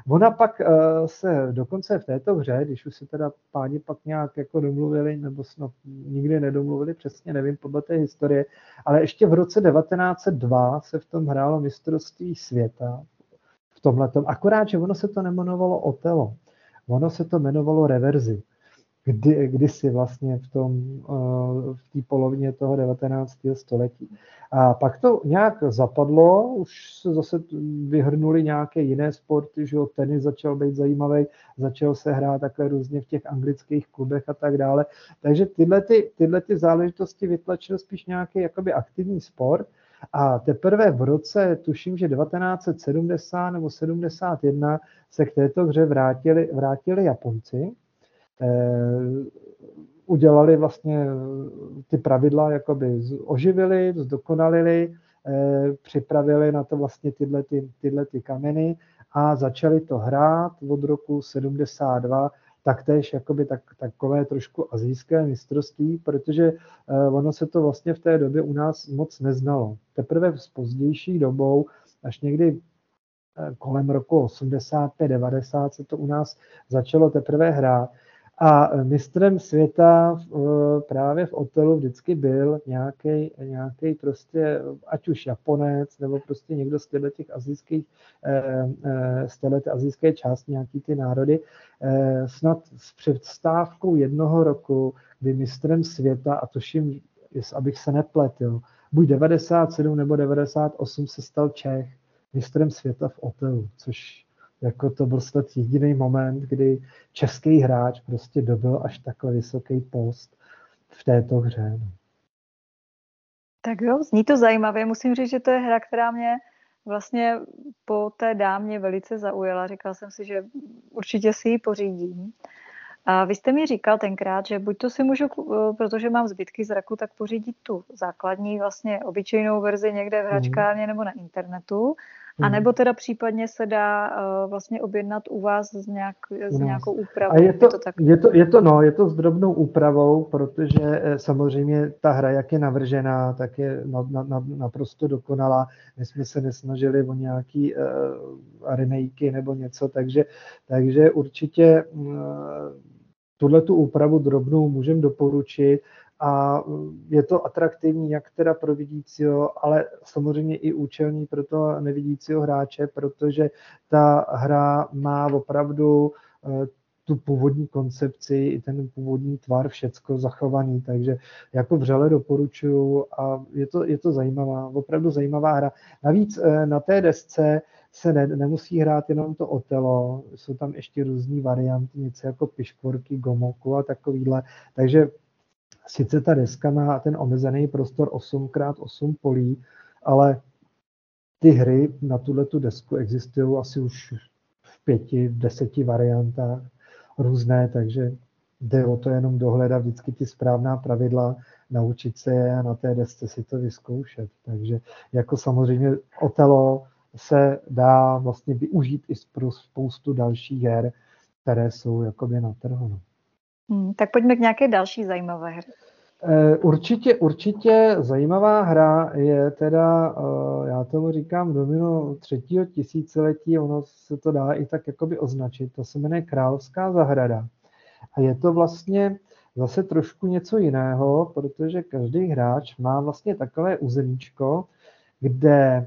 Ona pak se dokonce v této hře, když už se teda páni pak nějak jako domluvili, nebo snad nikdy nedomluvili, přesně nevím podle té historie, ale ještě v roce devatenáct set dva se v tom hrálo mistrovství světa, v tomhletom, akorát, že ono se to nemenovalo Otelo, ono se to jmenovalo Reverzi. Kdy, kdysi vlastně v tom, v té polovině toho devatenáctého století. A pak to nějak zapadlo, už se zase vyhrnuli nějaké jiné sporty, že jo, tenis začal být zajímavý, začal se hrát takhle různě v těch anglických klubech a tak dále. Takže tyhle, ty, tyhle ty záležitosti vytlačil spíš nějaký jakoby aktivní sport. A teprve v roce, tuším, že devatenáct set sedmdesát nebo sedmdesát jedna se k této hře vrátili, vrátili Japonci. Udělali vlastně ty pravidla, jakoby oživili, zdokonalili, připravili na to vlastně tyhle, ty, tyhle ty kameny a začali to hrát od roku sedmdesát dva, taktéž jakoby tak, takové trošku asijské mistrovství, protože ono se to vlastně v té době u nás moc neznalo. Teprve s pozdější dobou, až někdy kolem roku osmdesát pět devadesát se to u nás začalo teprve hrát. A mistrem světa právě v Otelu vždycky byl nějaký, nějaký prostě, ať už Japonec, nebo prostě někdo z těchto těch azijských, z této azijské části, nějaký ty národy, snad s předstávkou jednoho roku, kdy mistrem světa, a tuším, abych se nepletil, buď devadesát sedm nebo devadesát osm se stal Čech mistrem světa v Otelu, což jako to byl snad jediný moment, kdy český hráč prostě dobil až takhle vysoký post v této hře. Tak jo, zní to zajímavě. Musím říct, že to je hra, která mě vlastně po té dámě velice zaujala. Říkala jsem si, že určitě si ji pořídím. A vy jste mi říkal tenkrát, že buď to si můžu, protože mám zbytky zraku, tak pořídit tu základní, vlastně obyčejnou verzi někde v hračkárně nebo na internetu, a nebo teda případně se dá uh, vlastně objednat u vás s, nějak, s nějakou úpravou. A je to, je to, tak... je, to, je, to, no, je to s drobnou úpravou, protože eh, samozřejmě ta hra, jak je navržená, tak je na, na, na, naprosto dokonalá. My jsme se nesnažili o nějaký uh, remakey nebo něco, takže, takže určitě uh, tuhle tu úpravu drobnou můžeme doporučit. A je to atraktivní jak teda pro vidícího, ale samozřejmě i účelný pro toho nevidícího hráče, protože ta hra má opravdu tu původní koncepci i ten původní tvar, všecko zachovaný, takže jako vřele doporučuju a je to, je to zajímavá, opravdu zajímavá hra. Navíc na té desce se ne, nemusí hrát jenom to Otelo, jsou tam ještě různý varianty, něco jako piškvorky, gomoku a takovýhle, takže sice ta deska má ten omezený prostor osm krát osm polí, ale ty hry na tuhletu desku existují asi už v pěti, v deseti variantách různé, takže jde o to jenom dohledat vždycky ty správná pravidla, naučit se je a na té desce si to vyzkoušet. Takže jako samozřejmě Otelo se dá vlastně využít i pro spoustu dalších her, které jsou jakoby na trhu. Hmm, tak pojďme k nějaké další zajímavé hře. Určitě, určitě zajímavá hra je teda, já tomu říkám, domino třetího tisíciletí, ono se to dá i tak jakoby označit, to se jmenuje Královská zahrada. A je to vlastně zase trošku něco jiného, protože každý hráč má vlastně takové územíčko, kde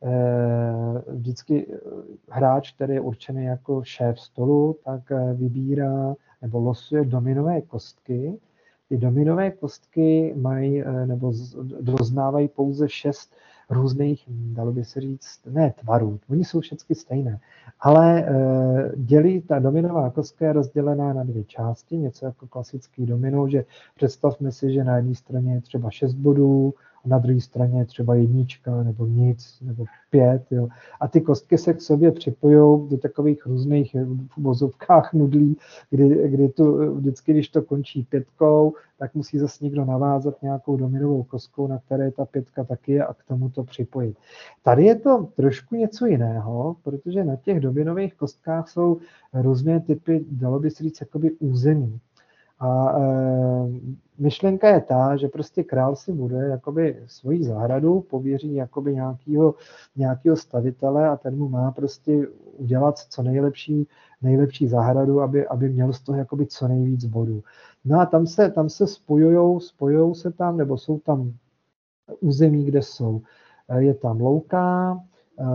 vždycky hráč, který je určený jako šéf stolu, tak vybírá nebo losuje dominové kostky. Ty dominové kostky mají nebo doznávají pouze šest různých, dalo by se říct, ne tvarů, oni jsou všechny stejné, ale dělí, ta dominová kostka je rozdělená na dvě části, něco jako klasický domino, že představme si, že na jedné straně je třeba šest bodů, a na druhé straně je třeba jednička, nebo nic, nebo pět. Jo. A ty kostky se k sobě připojují do takových různých v uvozovkách nudlí, kdy, kdy tu, vždycky, když to končí pětkou, tak musí zase někdo navázat nějakou dominovou kostkou, na které ta pětka taky je, a k tomu to připojit. Tady je to trošku něco jiného, protože na těch dominových kostkách jsou různé typy, dalo by se říct, jakoby území. A e, myšlenka je ta, že prostě král si bude jakoby svoji zahradu, pověří jakoby nějakýho, nějakýho stavitele a ten mu má prostě udělat co nejlepší, nejlepší zahradu, aby, aby měl z toho jakoby co nejvíc bodů. No a tam se, tam se spojujou, spojujou se tam, nebo jsou tam území, kde jsou. Je tam louka, e,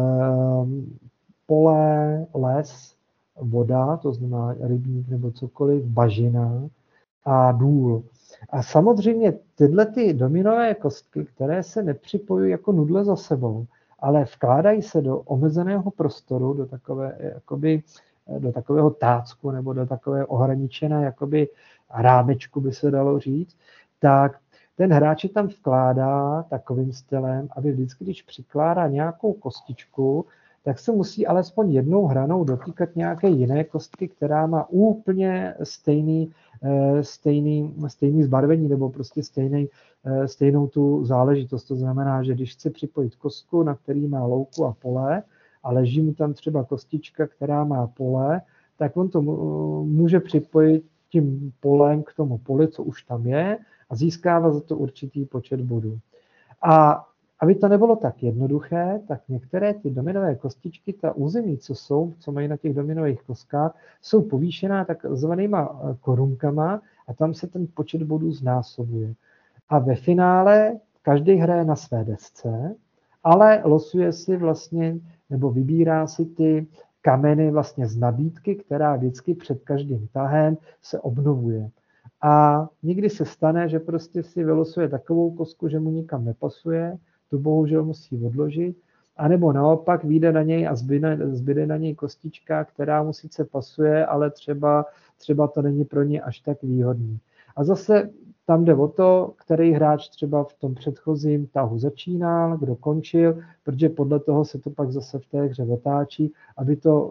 pole, les, voda, to znamená rybník nebo cokoliv, bažina a důl. A samozřejmě tyhle ty dominové kostky, které se nepřipojují jako nudle za sebou, ale vkládají se do omezeného prostoru, do, takové, jakoby, do takového tácku nebo do takové ohraničené jakoby rámečku, by se dalo říct, tak ten hráč je tam vkládá takovým stylem, aby vždycky, když přikládá nějakou kostičku, tak se musí alespoň jednou hranou dotýkat nějaké jiné kostky, která má úplně stejný, stejný, stejný zbarvení nebo prostě stejný, stejnou tu záležitost. To znamená, že když chce připojit kostku, na který má louku a pole a leží mu tam třeba kostička, která má pole, tak on to může připojit tím polem k tomu poli, co už tam je, a získává za to určitý počet bodů. A aby to nebylo tak jednoduché, tak některé ty dominové kostičky, ta území, co jsou, co mají na těch dominových kostkách, jsou povýšená takzvanýma korunkama a tam se ten počet bodů znásobuje. A ve finále každý hraje na své desce, ale losuje si vlastně, nebo vybírá si ty kameny vlastně z nabídky, která vždycky před každým tahem se obnovuje. A někdy se stane, že prostě si vylosuje takovou kostku, že mu nikam nepasuje, tu bohužel musí odložit, anebo naopak vyjde na něj a zbyde, zbyde na něj kostička, která mu sice pasuje, ale třeba, třeba to není pro ně až tak výhodný. A zase tam jde o to, který hráč třeba v tom předchozím tahu začínal, kdo končil, protože podle toho se to pak zase v té hře otáčí, aby to,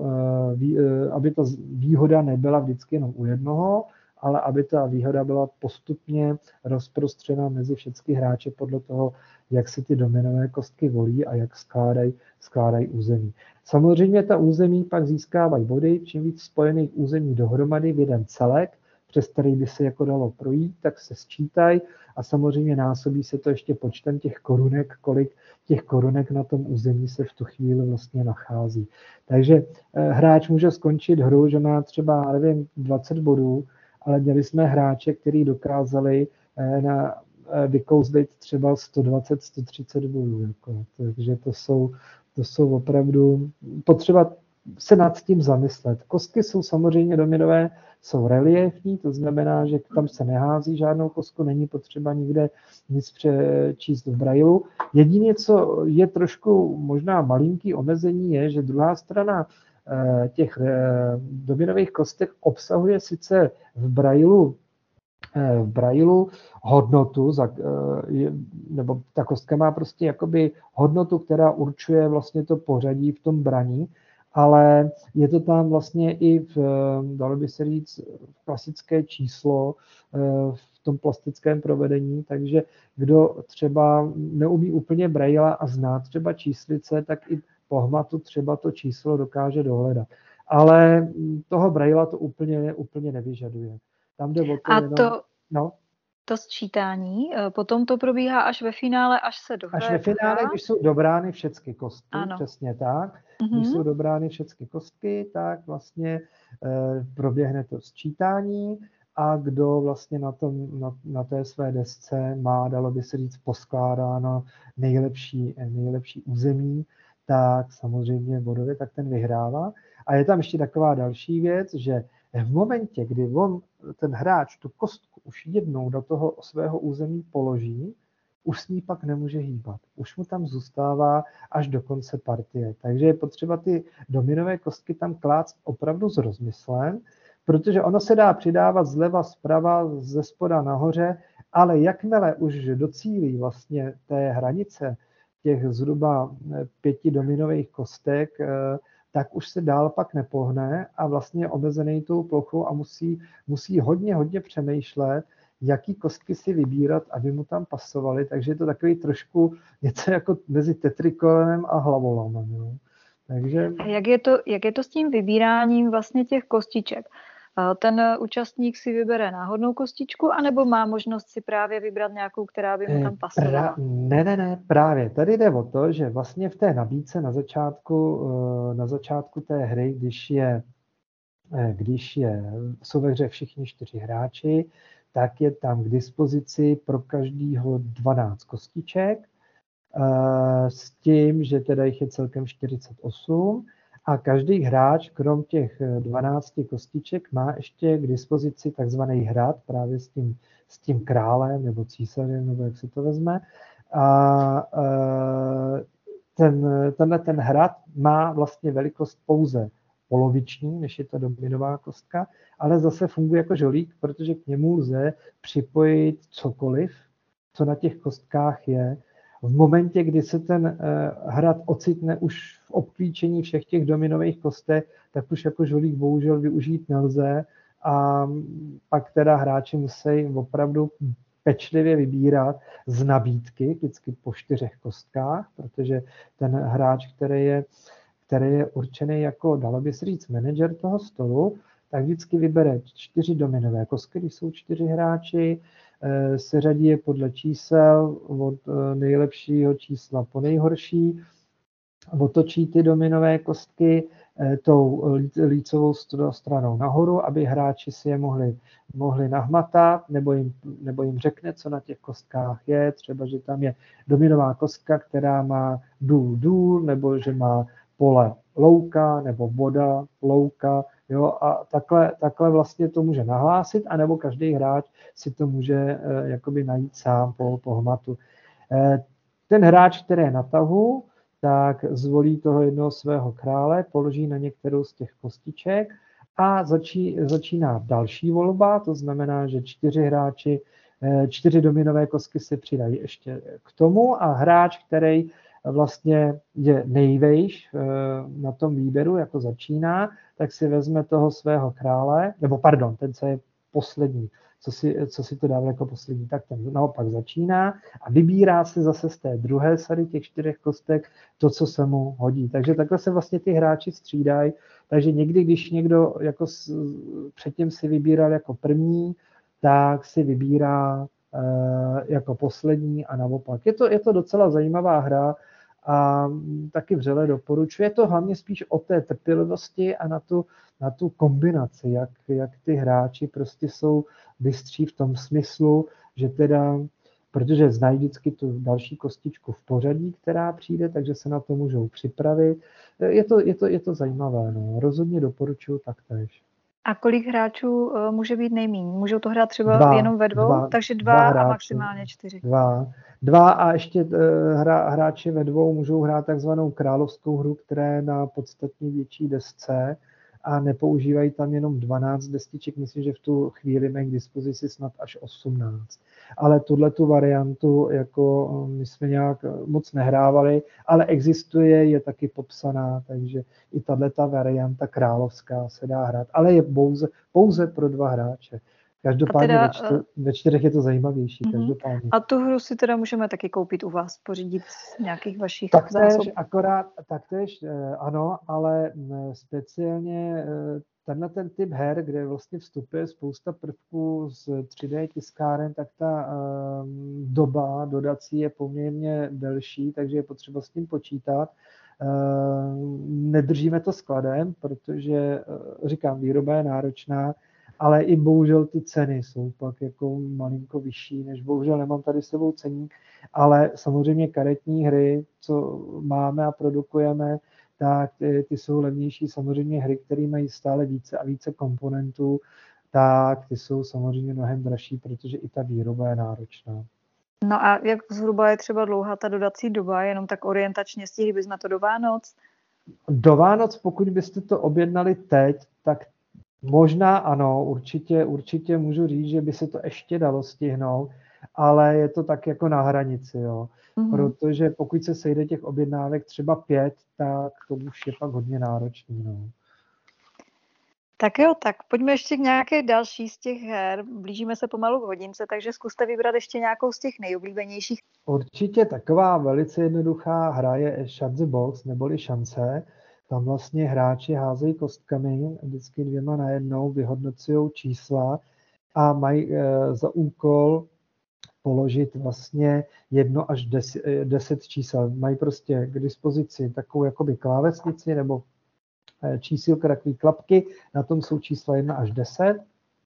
aby ta výhoda nebyla vždycky jenom u jednoho, ale aby ta výhoda byla postupně rozprostřena mezi všechny hráče podle toho, jak si ty dominové kostky volí a jak skládají, skládají území. Samozřejmě ta území pak získávají body, čím víc spojených území dohromady v jeden celek, přes který by se jako dalo projít, tak se sčítají a samozřejmě násobí se to ještě počtem těch korunek, kolik těch korunek na tom území se v tu chvíli vlastně nachází. Takže eh, hráč může skončit hru, že má třeba, nevím, dvacet bodů, ale měli jsme hráče, kteří dokázali eh, na, eh, vykouzlit třeba sto dvacet, sto třicet bodů. Jako. Takže to jsou, to jsou opravdu potřeba se nad tím zamyslet. Kostky jsou samozřejmě dominové, jsou reliefní, to znamená, že tam se nehází žádnou kostku, není potřeba nikde nic přečíst v brailu. Jediné, co je trošku možná malinký omezení, je, že druhá strana těch dominových kostek obsahuje sice v brailu, v brailu hodnotu, nebo ta kostka má prostě jakoby hodnotu, která určuje vlastně to pořadí v tom braní, ale je to tam vlastně i v, dalo by se říct, klasické číslo v tom plastickém provedení, takže kdo třeba neumí úplně braila a zná třeba číslice, tak i po hmatu třeba to číslo dokáže dohledat. Ale toho braila to úplně, úplně nevyžaduje. Tam jde o to, a jenom, to, no? to sčítání, potom to probíhá až ve finále, až se dohraje. Až ve finále, když jsou dobrány všechny kostky, ano. Přesně tak. Mm-hmm. Když jsou dobrány všechny kostky, tak vlastně eh, proběhne to sčítání a kdo vlastně na, tom, na, na té své desce má, dalo by se říct, poskládáno nejlepší, nejlepší území, tak samozřejmě bodově, tak ten vyhrává. A je tam ještě taková další věc, že v momentě, kdy on, ten hráč tu kostku už jednou do toho svého území položí, už s ní pak nemůže hýbat. Už mu tam zůstává až do konce partie. Takže je potřeba ty dominové kostky tam klást opravdu s rozmyslem, protože ono se dá přidávat zleva, zprava, ze spoda nahoře, ale jakmile už docílí vlastně té hranice těch zhruba pěti dominových kostek, tak už se dál pak nepohne a vlastně je omezený tou plochou a musí, musí hodně, hodně přemýšlet, jaký kostky si vybírat, aby mu tam pasovaly. Takže je to takový trošku něco jako mezi tetrikonem a hlavolamem. Jo. Takže... A jak je to, jak je to s tím vybíráním vlastně těch kostiček? ten účastník si vybere náhodnou kostičku, anebo má možnost si právě vybrat nějakou, která by mu tam pasovala? Pra, ne, ne, ne, právě. Tady jde o to, že vlastně v té nabídce na začátku, na začátku té hry, když je, když je, jsou ve hře všichni čtyři hráči, tak je tam k dispozici pro každýho dvanáct kostiček, s tím, že teda jich je celkem čtyřicet osm a každý hráč, krom těch dvanácti kostiček, má ještě k dispozici takzvaný hrad právě s tím, s tím králem nebo císařem, nebo jak se to vezme. A ten, tenhle ten hrad má vlastně velikost pouze poloviční, než je ta dominová kostka, ale zase funguje jako žolík, protože k němu lze připojit cokoliv, co na těch kostkách je. V momentě, kdy se ten uh, hrad ocitne už v obklíčení všech těch dominových kostek, tak už jako žolík bohužel využít nelze a pak teda hráči musí opravdu pečlivě vybírat z nabídky, vždycky po čtyřech kostkách, protože ten hráč, který je, který je určený jako, dalo by se říct, manažer toho stolu, tak vždycky vybere čtyři dominové kostky, když jsou čtyři hráči, se řadí je podle čísel od nejlepšího čísla po nejhorší, otočí ty dominové kostky tou lícovou stranou nahoru, aby hráči si je mohli, mohli nahmatat, nebo jim, nebo jim řekne, co na těch kostkách je, třeba, že tam je dominová kostka, která má důl důl, nebo že má pole louka, nebo voda louka, jo, a takhle, takhle vlastně to může nahlásit, anebo každý hráč si to může eh, jakoby najít sám po, po hmatu. Eh, ten hráč, který je na tahu, tak zvolí toho jednoho svého krále, položí na některou z těch kostiček a začí, začíná další volba, to znamená, že čtyři hráči, eh, čtyři dominové kostky se přidají ještě k tomu a hráč, který vlastně je nejvejš na tom výběru, jako začíná, tak si vezme toho svého krále, nebo pardon, ten, co je poslední, co si, co si to dává jako poslední, tak ten naopak začíná a vybírá si zase z té druhé sady těch čtyřech kostek to, co se mu hodí. Takže takhle se vlastně ty hráči střídají, takže někdy, když někdo jako předtím si vybíral jako první, tak si vybírá jako poslední a naopak. Je to, je to docela zajímavá hra a taky vřele doporučuji. Je to hlavně spíš o té trpělivosti a na tu, na tu kombinaci, jak, jak ty hráči prostě jsou bystří v tom smyslu, že teda, protože znají vždycky tu další kostičku v pořadí, která přijde, takže se na to můžou připravit. Je to, je to, je to zajímavé, no. Rozhodně doporučuji taktéž. A kolik hráčů uh, může být nejméně? Můžou to hrát třeba dva, jenom ve dvou? Dva, takže dva, dva a hráči, maximálně čtyři. Dva. Dva a ještě uh, hra, hráči ve dvou můžou hrát takzvanou královskou hru, která je na podstatně větší desce a nepoužívají tam jenom dvanáct destiček, myslím, že v tu chvíli mají k dispozici snad až osmnáct. Ale tuhletu variantu jako my jsme nějak moc nehrávali, ale existuje, je taky popsaná, takže i tato varianta královská se dá hrát, ale je pouze, pouze pro dva hráče. Každopádně teda, ve, čtyř, ve čtyřech je to zajímavější. Uh-huh. Každopádně. A tu hru si teda můžeme taky koupit u vás, pořídit z nějakých vašich taktéž, zásob? Akorát, taktéž ano, ale speciálně tenhle ten typ her, kde vlastně vstupuje spousta prvků z tři dé tiskáren, tak ta um, doba dodací je poměrně delší, takže je potřeba s tím počítat. Uh, nedržíme to skladem, protože, uh, říkám, výroba je náročná, ale i bohužel ty ceny jsou pak jako malinko vyšší, než bohužel nemám tady s sebou ceník, ale samozřejmě karetní hry, co máme a produkujeme, tak ty, ty jsou levnější. Samozřejmě hry, které mají stále více a více komponentů, tak ty jsou samozřejmě mnohem dražší, protože i ta výroba je náročná. No a jak zhruba je třeba dlouhá ta dodací doba, jenom tak orientačně stihli bychom to do Vánoc? Do Vánoc, pokud byste to objednali teď, tak možná ano, určitě, určitě můžu říct, že by se to ještě dalo stihnout, ale je to tak jako na hranici, jo. Mm-hmm. Protože pokud se sejde těch objednávek třeba pět, tak to už je pak hodně náročný, no. Tak jo, tak pojďme ještě k nějaké další z těch her. Blížíme se pomalu k hodince, takže zkuste vybrat ještě nějakou z těch nejoblíbenějších. Určitě taková velice jednoduchá hra je Shut the Box, neboli Šance. tam vlastně hráči házejí kostkami, vždycky dvěma najednou, vyhodnocují čísla a mají e, za úkol položit vlastně jedno až deset, deset čísel. Mají prostě k dispozici takovou jakoby klávesnici nebo čísílka, takové klapky, na tom jsou čísla jedna až deset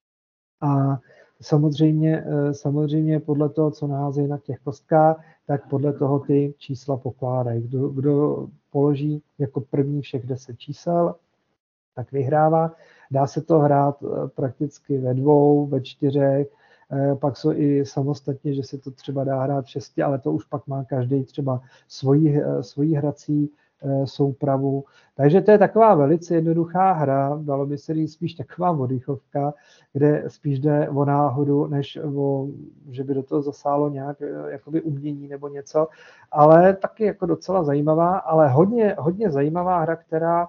a samozřejmě, samozřejmě podle toho, co naházejí na těch kostkách, tak podle toho ty čísla pokládají. Kdo, kdo položí jako první všech deset čísel, tak vyhrává. Dá se to hrát prakticky ve dvou, ve čtyřech, pak jsou i samostatně, že se to třeba dá hrát v šesti, ale to už pak má každý třeba svoji, svoji hrací soupravu. Takže to je taková velice jednoduchá hra, dalo by se říct spíš taková oddychovka, kde spíš jde o náhodu, než o, že by do toho zasálo nějak jakoby umění nebo něco, ale taky jako docela zajímavá, ale hodně, hodně zajímavá hra, která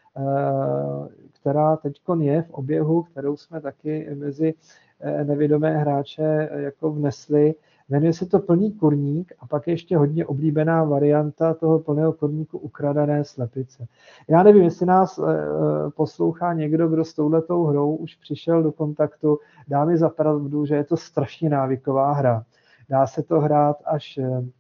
která teď je v oběhu, kterou jsme taky mezi nevědomé hráče jako vnesli. Jmenuje se to Plný kurník a pak je ještě hodně oblíbená varianta toho plného kurníku Ukradené slepice. Já nevím, jestli nás poslouchá někdo, kdo s touhletou hrou už přišel do kontaktu, dá mi za pravdu, že je to strašně návyková hra. Dá se to hrát až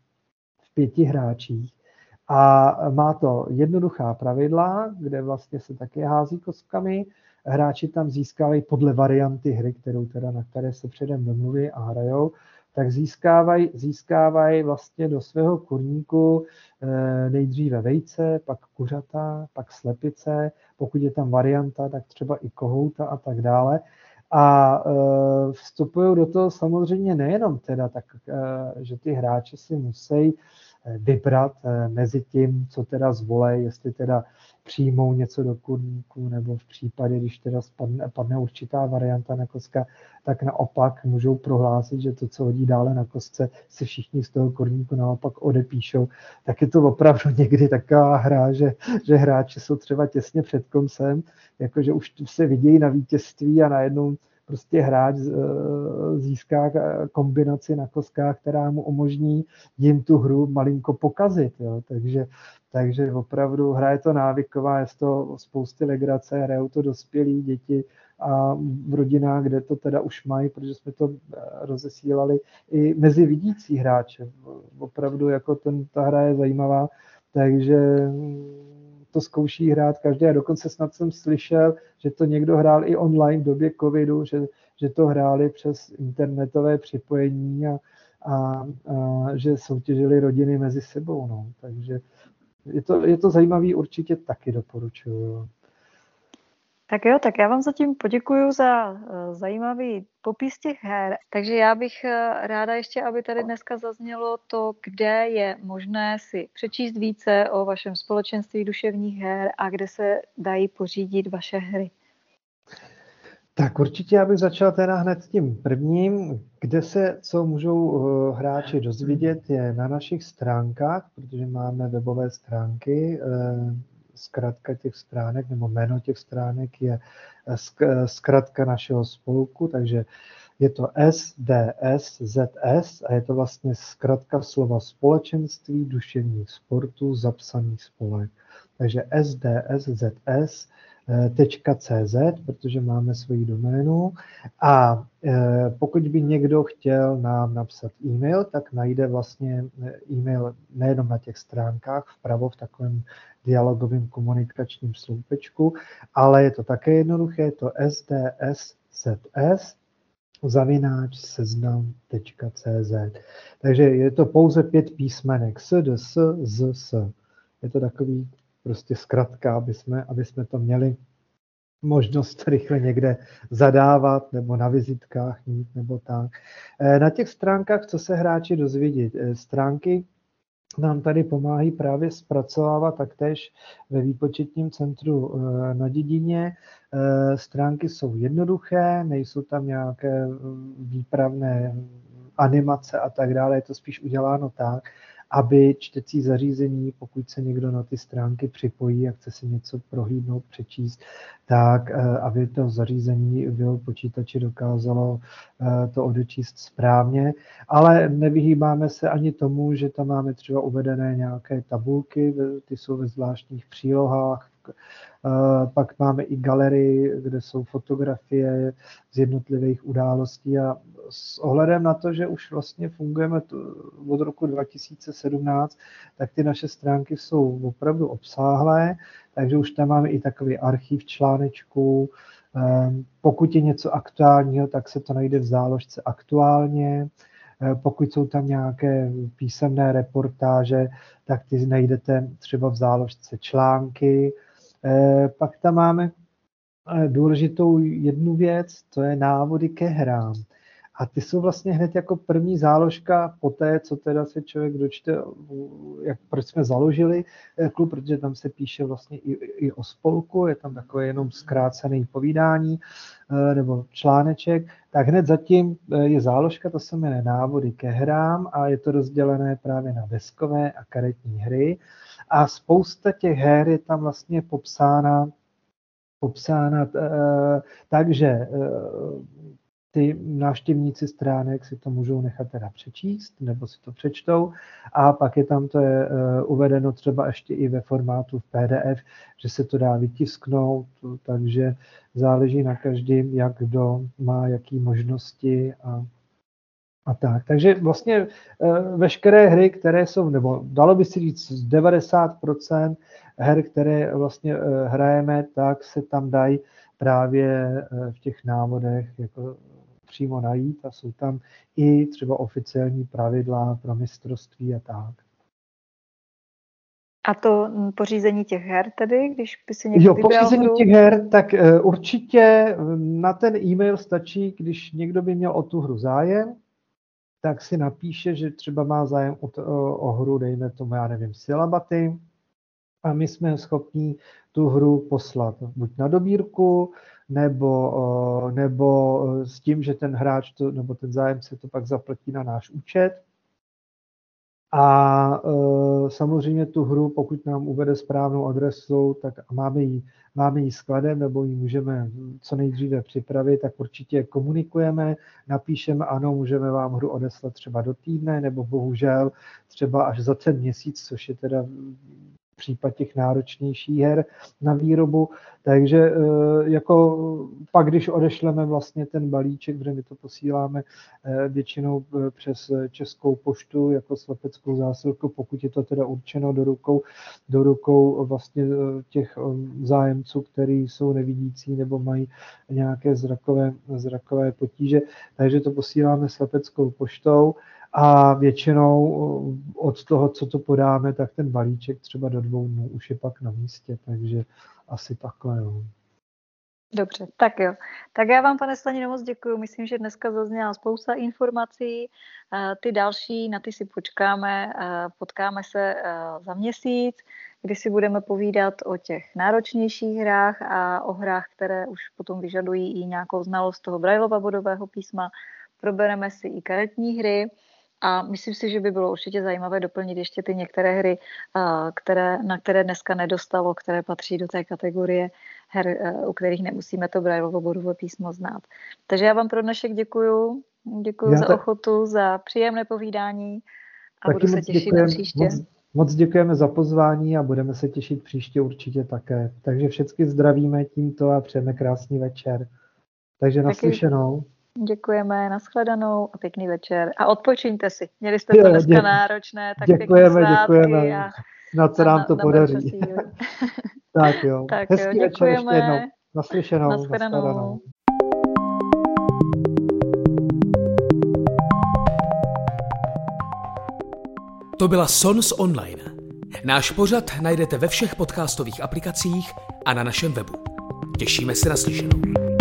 v pěti hráčích. A má to jednoduchá pravidla, kde vlastně se taky hází kostkami. Hráči tam získávají podle varianty hry, kterou teda, na které se předem domluví a hrajou, tak získávají, získávají vlastně do svého kurníku nejdříve vejce, pak kuřata, pak slepice, pokud je tam varianta, tak třeba i kohouta a tak dále. A vstupují do toho samozřejmě nejenom teda tak, že ty hráči si musí vybrat mezi tím, co teda zvolej, jestli teda přijmou něco do kurníku, nebo v případě, když teda spadne, padne určitá varianta na kostka, tak naopak můžou prohlásit, že to, co hodí dále na kostce, si všichni z toho kurníku naopak odepíšou. Tak je to opravdu někdy taková hra, že, že hráči jsou třeba těsně před koncem, jakože už se vidějí na vítězství a najednou prostě hráč získá kombinaci na kostkách, která mu umožní jim tu hru malinko pokazit. Jo. Takže, takže opravdu hra je to návyková, je to spousty legrace, hrajou to dospělí děti a v rodinách, kde to teda už mají, protože jsme to rozesílali i mezi vidící hráče. Opravdu jako ten, ta hra je zajímavá, takže to zkouší hrát každý a dokonce snad jsem slyšel, že to někdo hrál i online v době covidu, že, že to hráli přes internetové připojení a, a, a že soutěžili rodiny mezi sebou. No. Takže je to, je to zajímavý, určitě taky doporučuju. Tak jo, tak já vám zatím poděkuju za uh, zajímavý popis těch her. Takže já bych uh, ráda ještě, aby tady dneska zaznělo to, kde je možné si přečíst více o vašem společenství duševních her a kde se dají pořídit vaše hry. Tak určitě já bych začal teda hned tím prvním, kde se, co můžou uh, hráči dozvědět, je na našich stránkách, protože máme webové stránky. Uh, Zkratka těch stránek, nebo jméno těch stránek je zkratka našeho spolku, takže je to S D S Z S a je to vlastně zkratka slova společenství duševních sportů zapsaný spolek. Takže S D S Z S tečka cé zet, protože máme svoji doménu. A pokud by někdo chtěl nám napsat e-mail, tak najde vlastně e-mail nejenom na těch stránkách vpravo v takovém dialogovém komunikačním sloupečku, ale je to také jednoduché, je to S D S Z S zavináč seznam tečka cé zet. Takže je to pouze pět písmenek S, D, S, Z, S. Je to takový prostě zkratka, aby jsme, aby jsme to měli možnost rychle někde zadávat nebo na vizitkách mít nebo tak. Na těch stránkách, co se hráči dozvědět, stránky nám tady pomáhají právě zpracovávat taktéž ve výpočetním centru na Dědině. Stránky jsou jednoduché, nejsou tam nějaké výpravné animace a tak dále, je to spíš uděláno tak, aby čtecí zařízení, pokud se někdo na ty stránky připojí a chce si něco prohlídnout, přečíst, tak aby to zařízení v jeho počítači dokázalo to odečíst správně. Ale nevyhýbáme se ani tomu, že tam máme třeba uvedené nějaké tabulky, ty jsou ve zvláštních přílohách, Pak máme i galerii, kde jsou fotografie z jednotlivých událostí a s ohledem na to, že už vlastně fungujeme od roku dva tisíce sedmnáct, tak ty naše stránky jsou opravdu obsáhlé, takže už tam máme i takový archiv článečků. Pokud je něco aktuálního, tak se to najde v záložce aktuálně. Pokud jsou tam nějaké písemné reportáže, tak ty najdete třeba v záložce články. Pak tam máme důležitou jednu věc, to je návody ke hrám. A ty jsou vlastně hned jako první záložka po té, co teda se člověk dočte, jak, proč jsme založili klub, protože tam se píše vlastně i, i o spolku, je tam takové jenom zkrácené povídání nebo článeček, tak hned zatím je záložka, to se jmenuje návody ke hrám a je to rozdělené právě na deskové a karetní hry. A spousta těch her je tam vlastně popsána, popsána takže ty návštěvníci stránek si to můžou nechat teda přečíst, nebo si to přečtou a pak je tam to je uvedeno třeba ještě i ve formátu v P D F, že se to dá vytisknout, takže záleží na každém, jak kdo má jaký možnosti a A tak. Takže vlastně veškeré hry, které jsou, nebo dalo by si říct devadesát procent her, které vlastně hrajeme, tak se tam dají právě v těch návodech jako přímo najít a jsou tam i třeba oficiální pravidla pro mistrovství a tak. A to pořízení těch her tedy, když by si někdo Jo, vybral pořízení hru? těch her, tak určitě na ten e-mail stačí, když někdo by měl o tu hru zájem, tak si napíše, že třeba má zájem o, o, o hru, dejme tomu, já nevím, Syllabaty, a my jsme schopni tu hru poslat buď na dobírku, nebo, nebo s tím, že ten hráč to, nebo ten zájemce to pak zaplatí na náš účet. A e, samozřejmě tu hru, pokud nám uvede správnou adresu, tak máme ji, máme ji skladem, nebo ji můžeme co nejdříve připravit, tak určitě komunikujeme, napíšeme, ano, můžeme vám hru odeslat třeba do týdne, nebo bohužel třeba až za ten měsíc, což je teda případ těch náročnějších her na výrobu. Takže jako pak, když odešleme vlastně ten balíček, kde my to posíláme většinou přes Českou poštu jako slepeckou zásilku, pokud je to teda určeno do rukou, do rukou vlastně těch zájemců, kteří jsou nevidící nebo mají nějaké zrakové, zrakové potíže. Takže to posíláme slepeckou poštou. A většinou od toho, co to podáme, tak ten balíček třeba do dvou dnů už je pak na místě, takže asi takhle. Jo. Dobře, tak jo. Tak já vám, pane Slanino, moc děkuju. Myslím, že dneska zazněla spousta informací. Ty další, na ty si počkáme. Potkáme se za měsíc, kdy si budeme povídat o těch náročnějších hrách a o hrách, které už potom vyžadují i nějakou znalost toho Braillova bodového písma. Probereme si i karetní hry. A myslím si, že by bylo určitě zajímavé doplnit ještě ty některé hry, které, na které dneska nedostalo, které patří do té kategorie her, u kterých nemusíme to Braillovo bodové písmo znát. Takže já vám pro dnešek děkuju. Děkuju já za tak... ochotu, za příjemné povídání a taky budu se těšit děkujem, na příště. Moc, moc děkujeme za pozvání a budeme se těšit příště určitě také. Takže všechny zdravíme tímto a přejeme krásný večer. Takže naslyšenou. Děkujeme, nashledanou a pěkný večer. A odpočiňte si. Měli jste to dneska Dě, náročné, tak děkujeme, pěkný svátky. Děkujeme, a snad se nám na, to na podaří. Tak jo. Tak hezký jo, večer ještě jednou. Naslyšenou. Nashledanou. nashledanou. To byla Sons Online. Náš pořad najdete ve všech podcastových aplikacích a na našem webu. Těšíme se na slyšenou.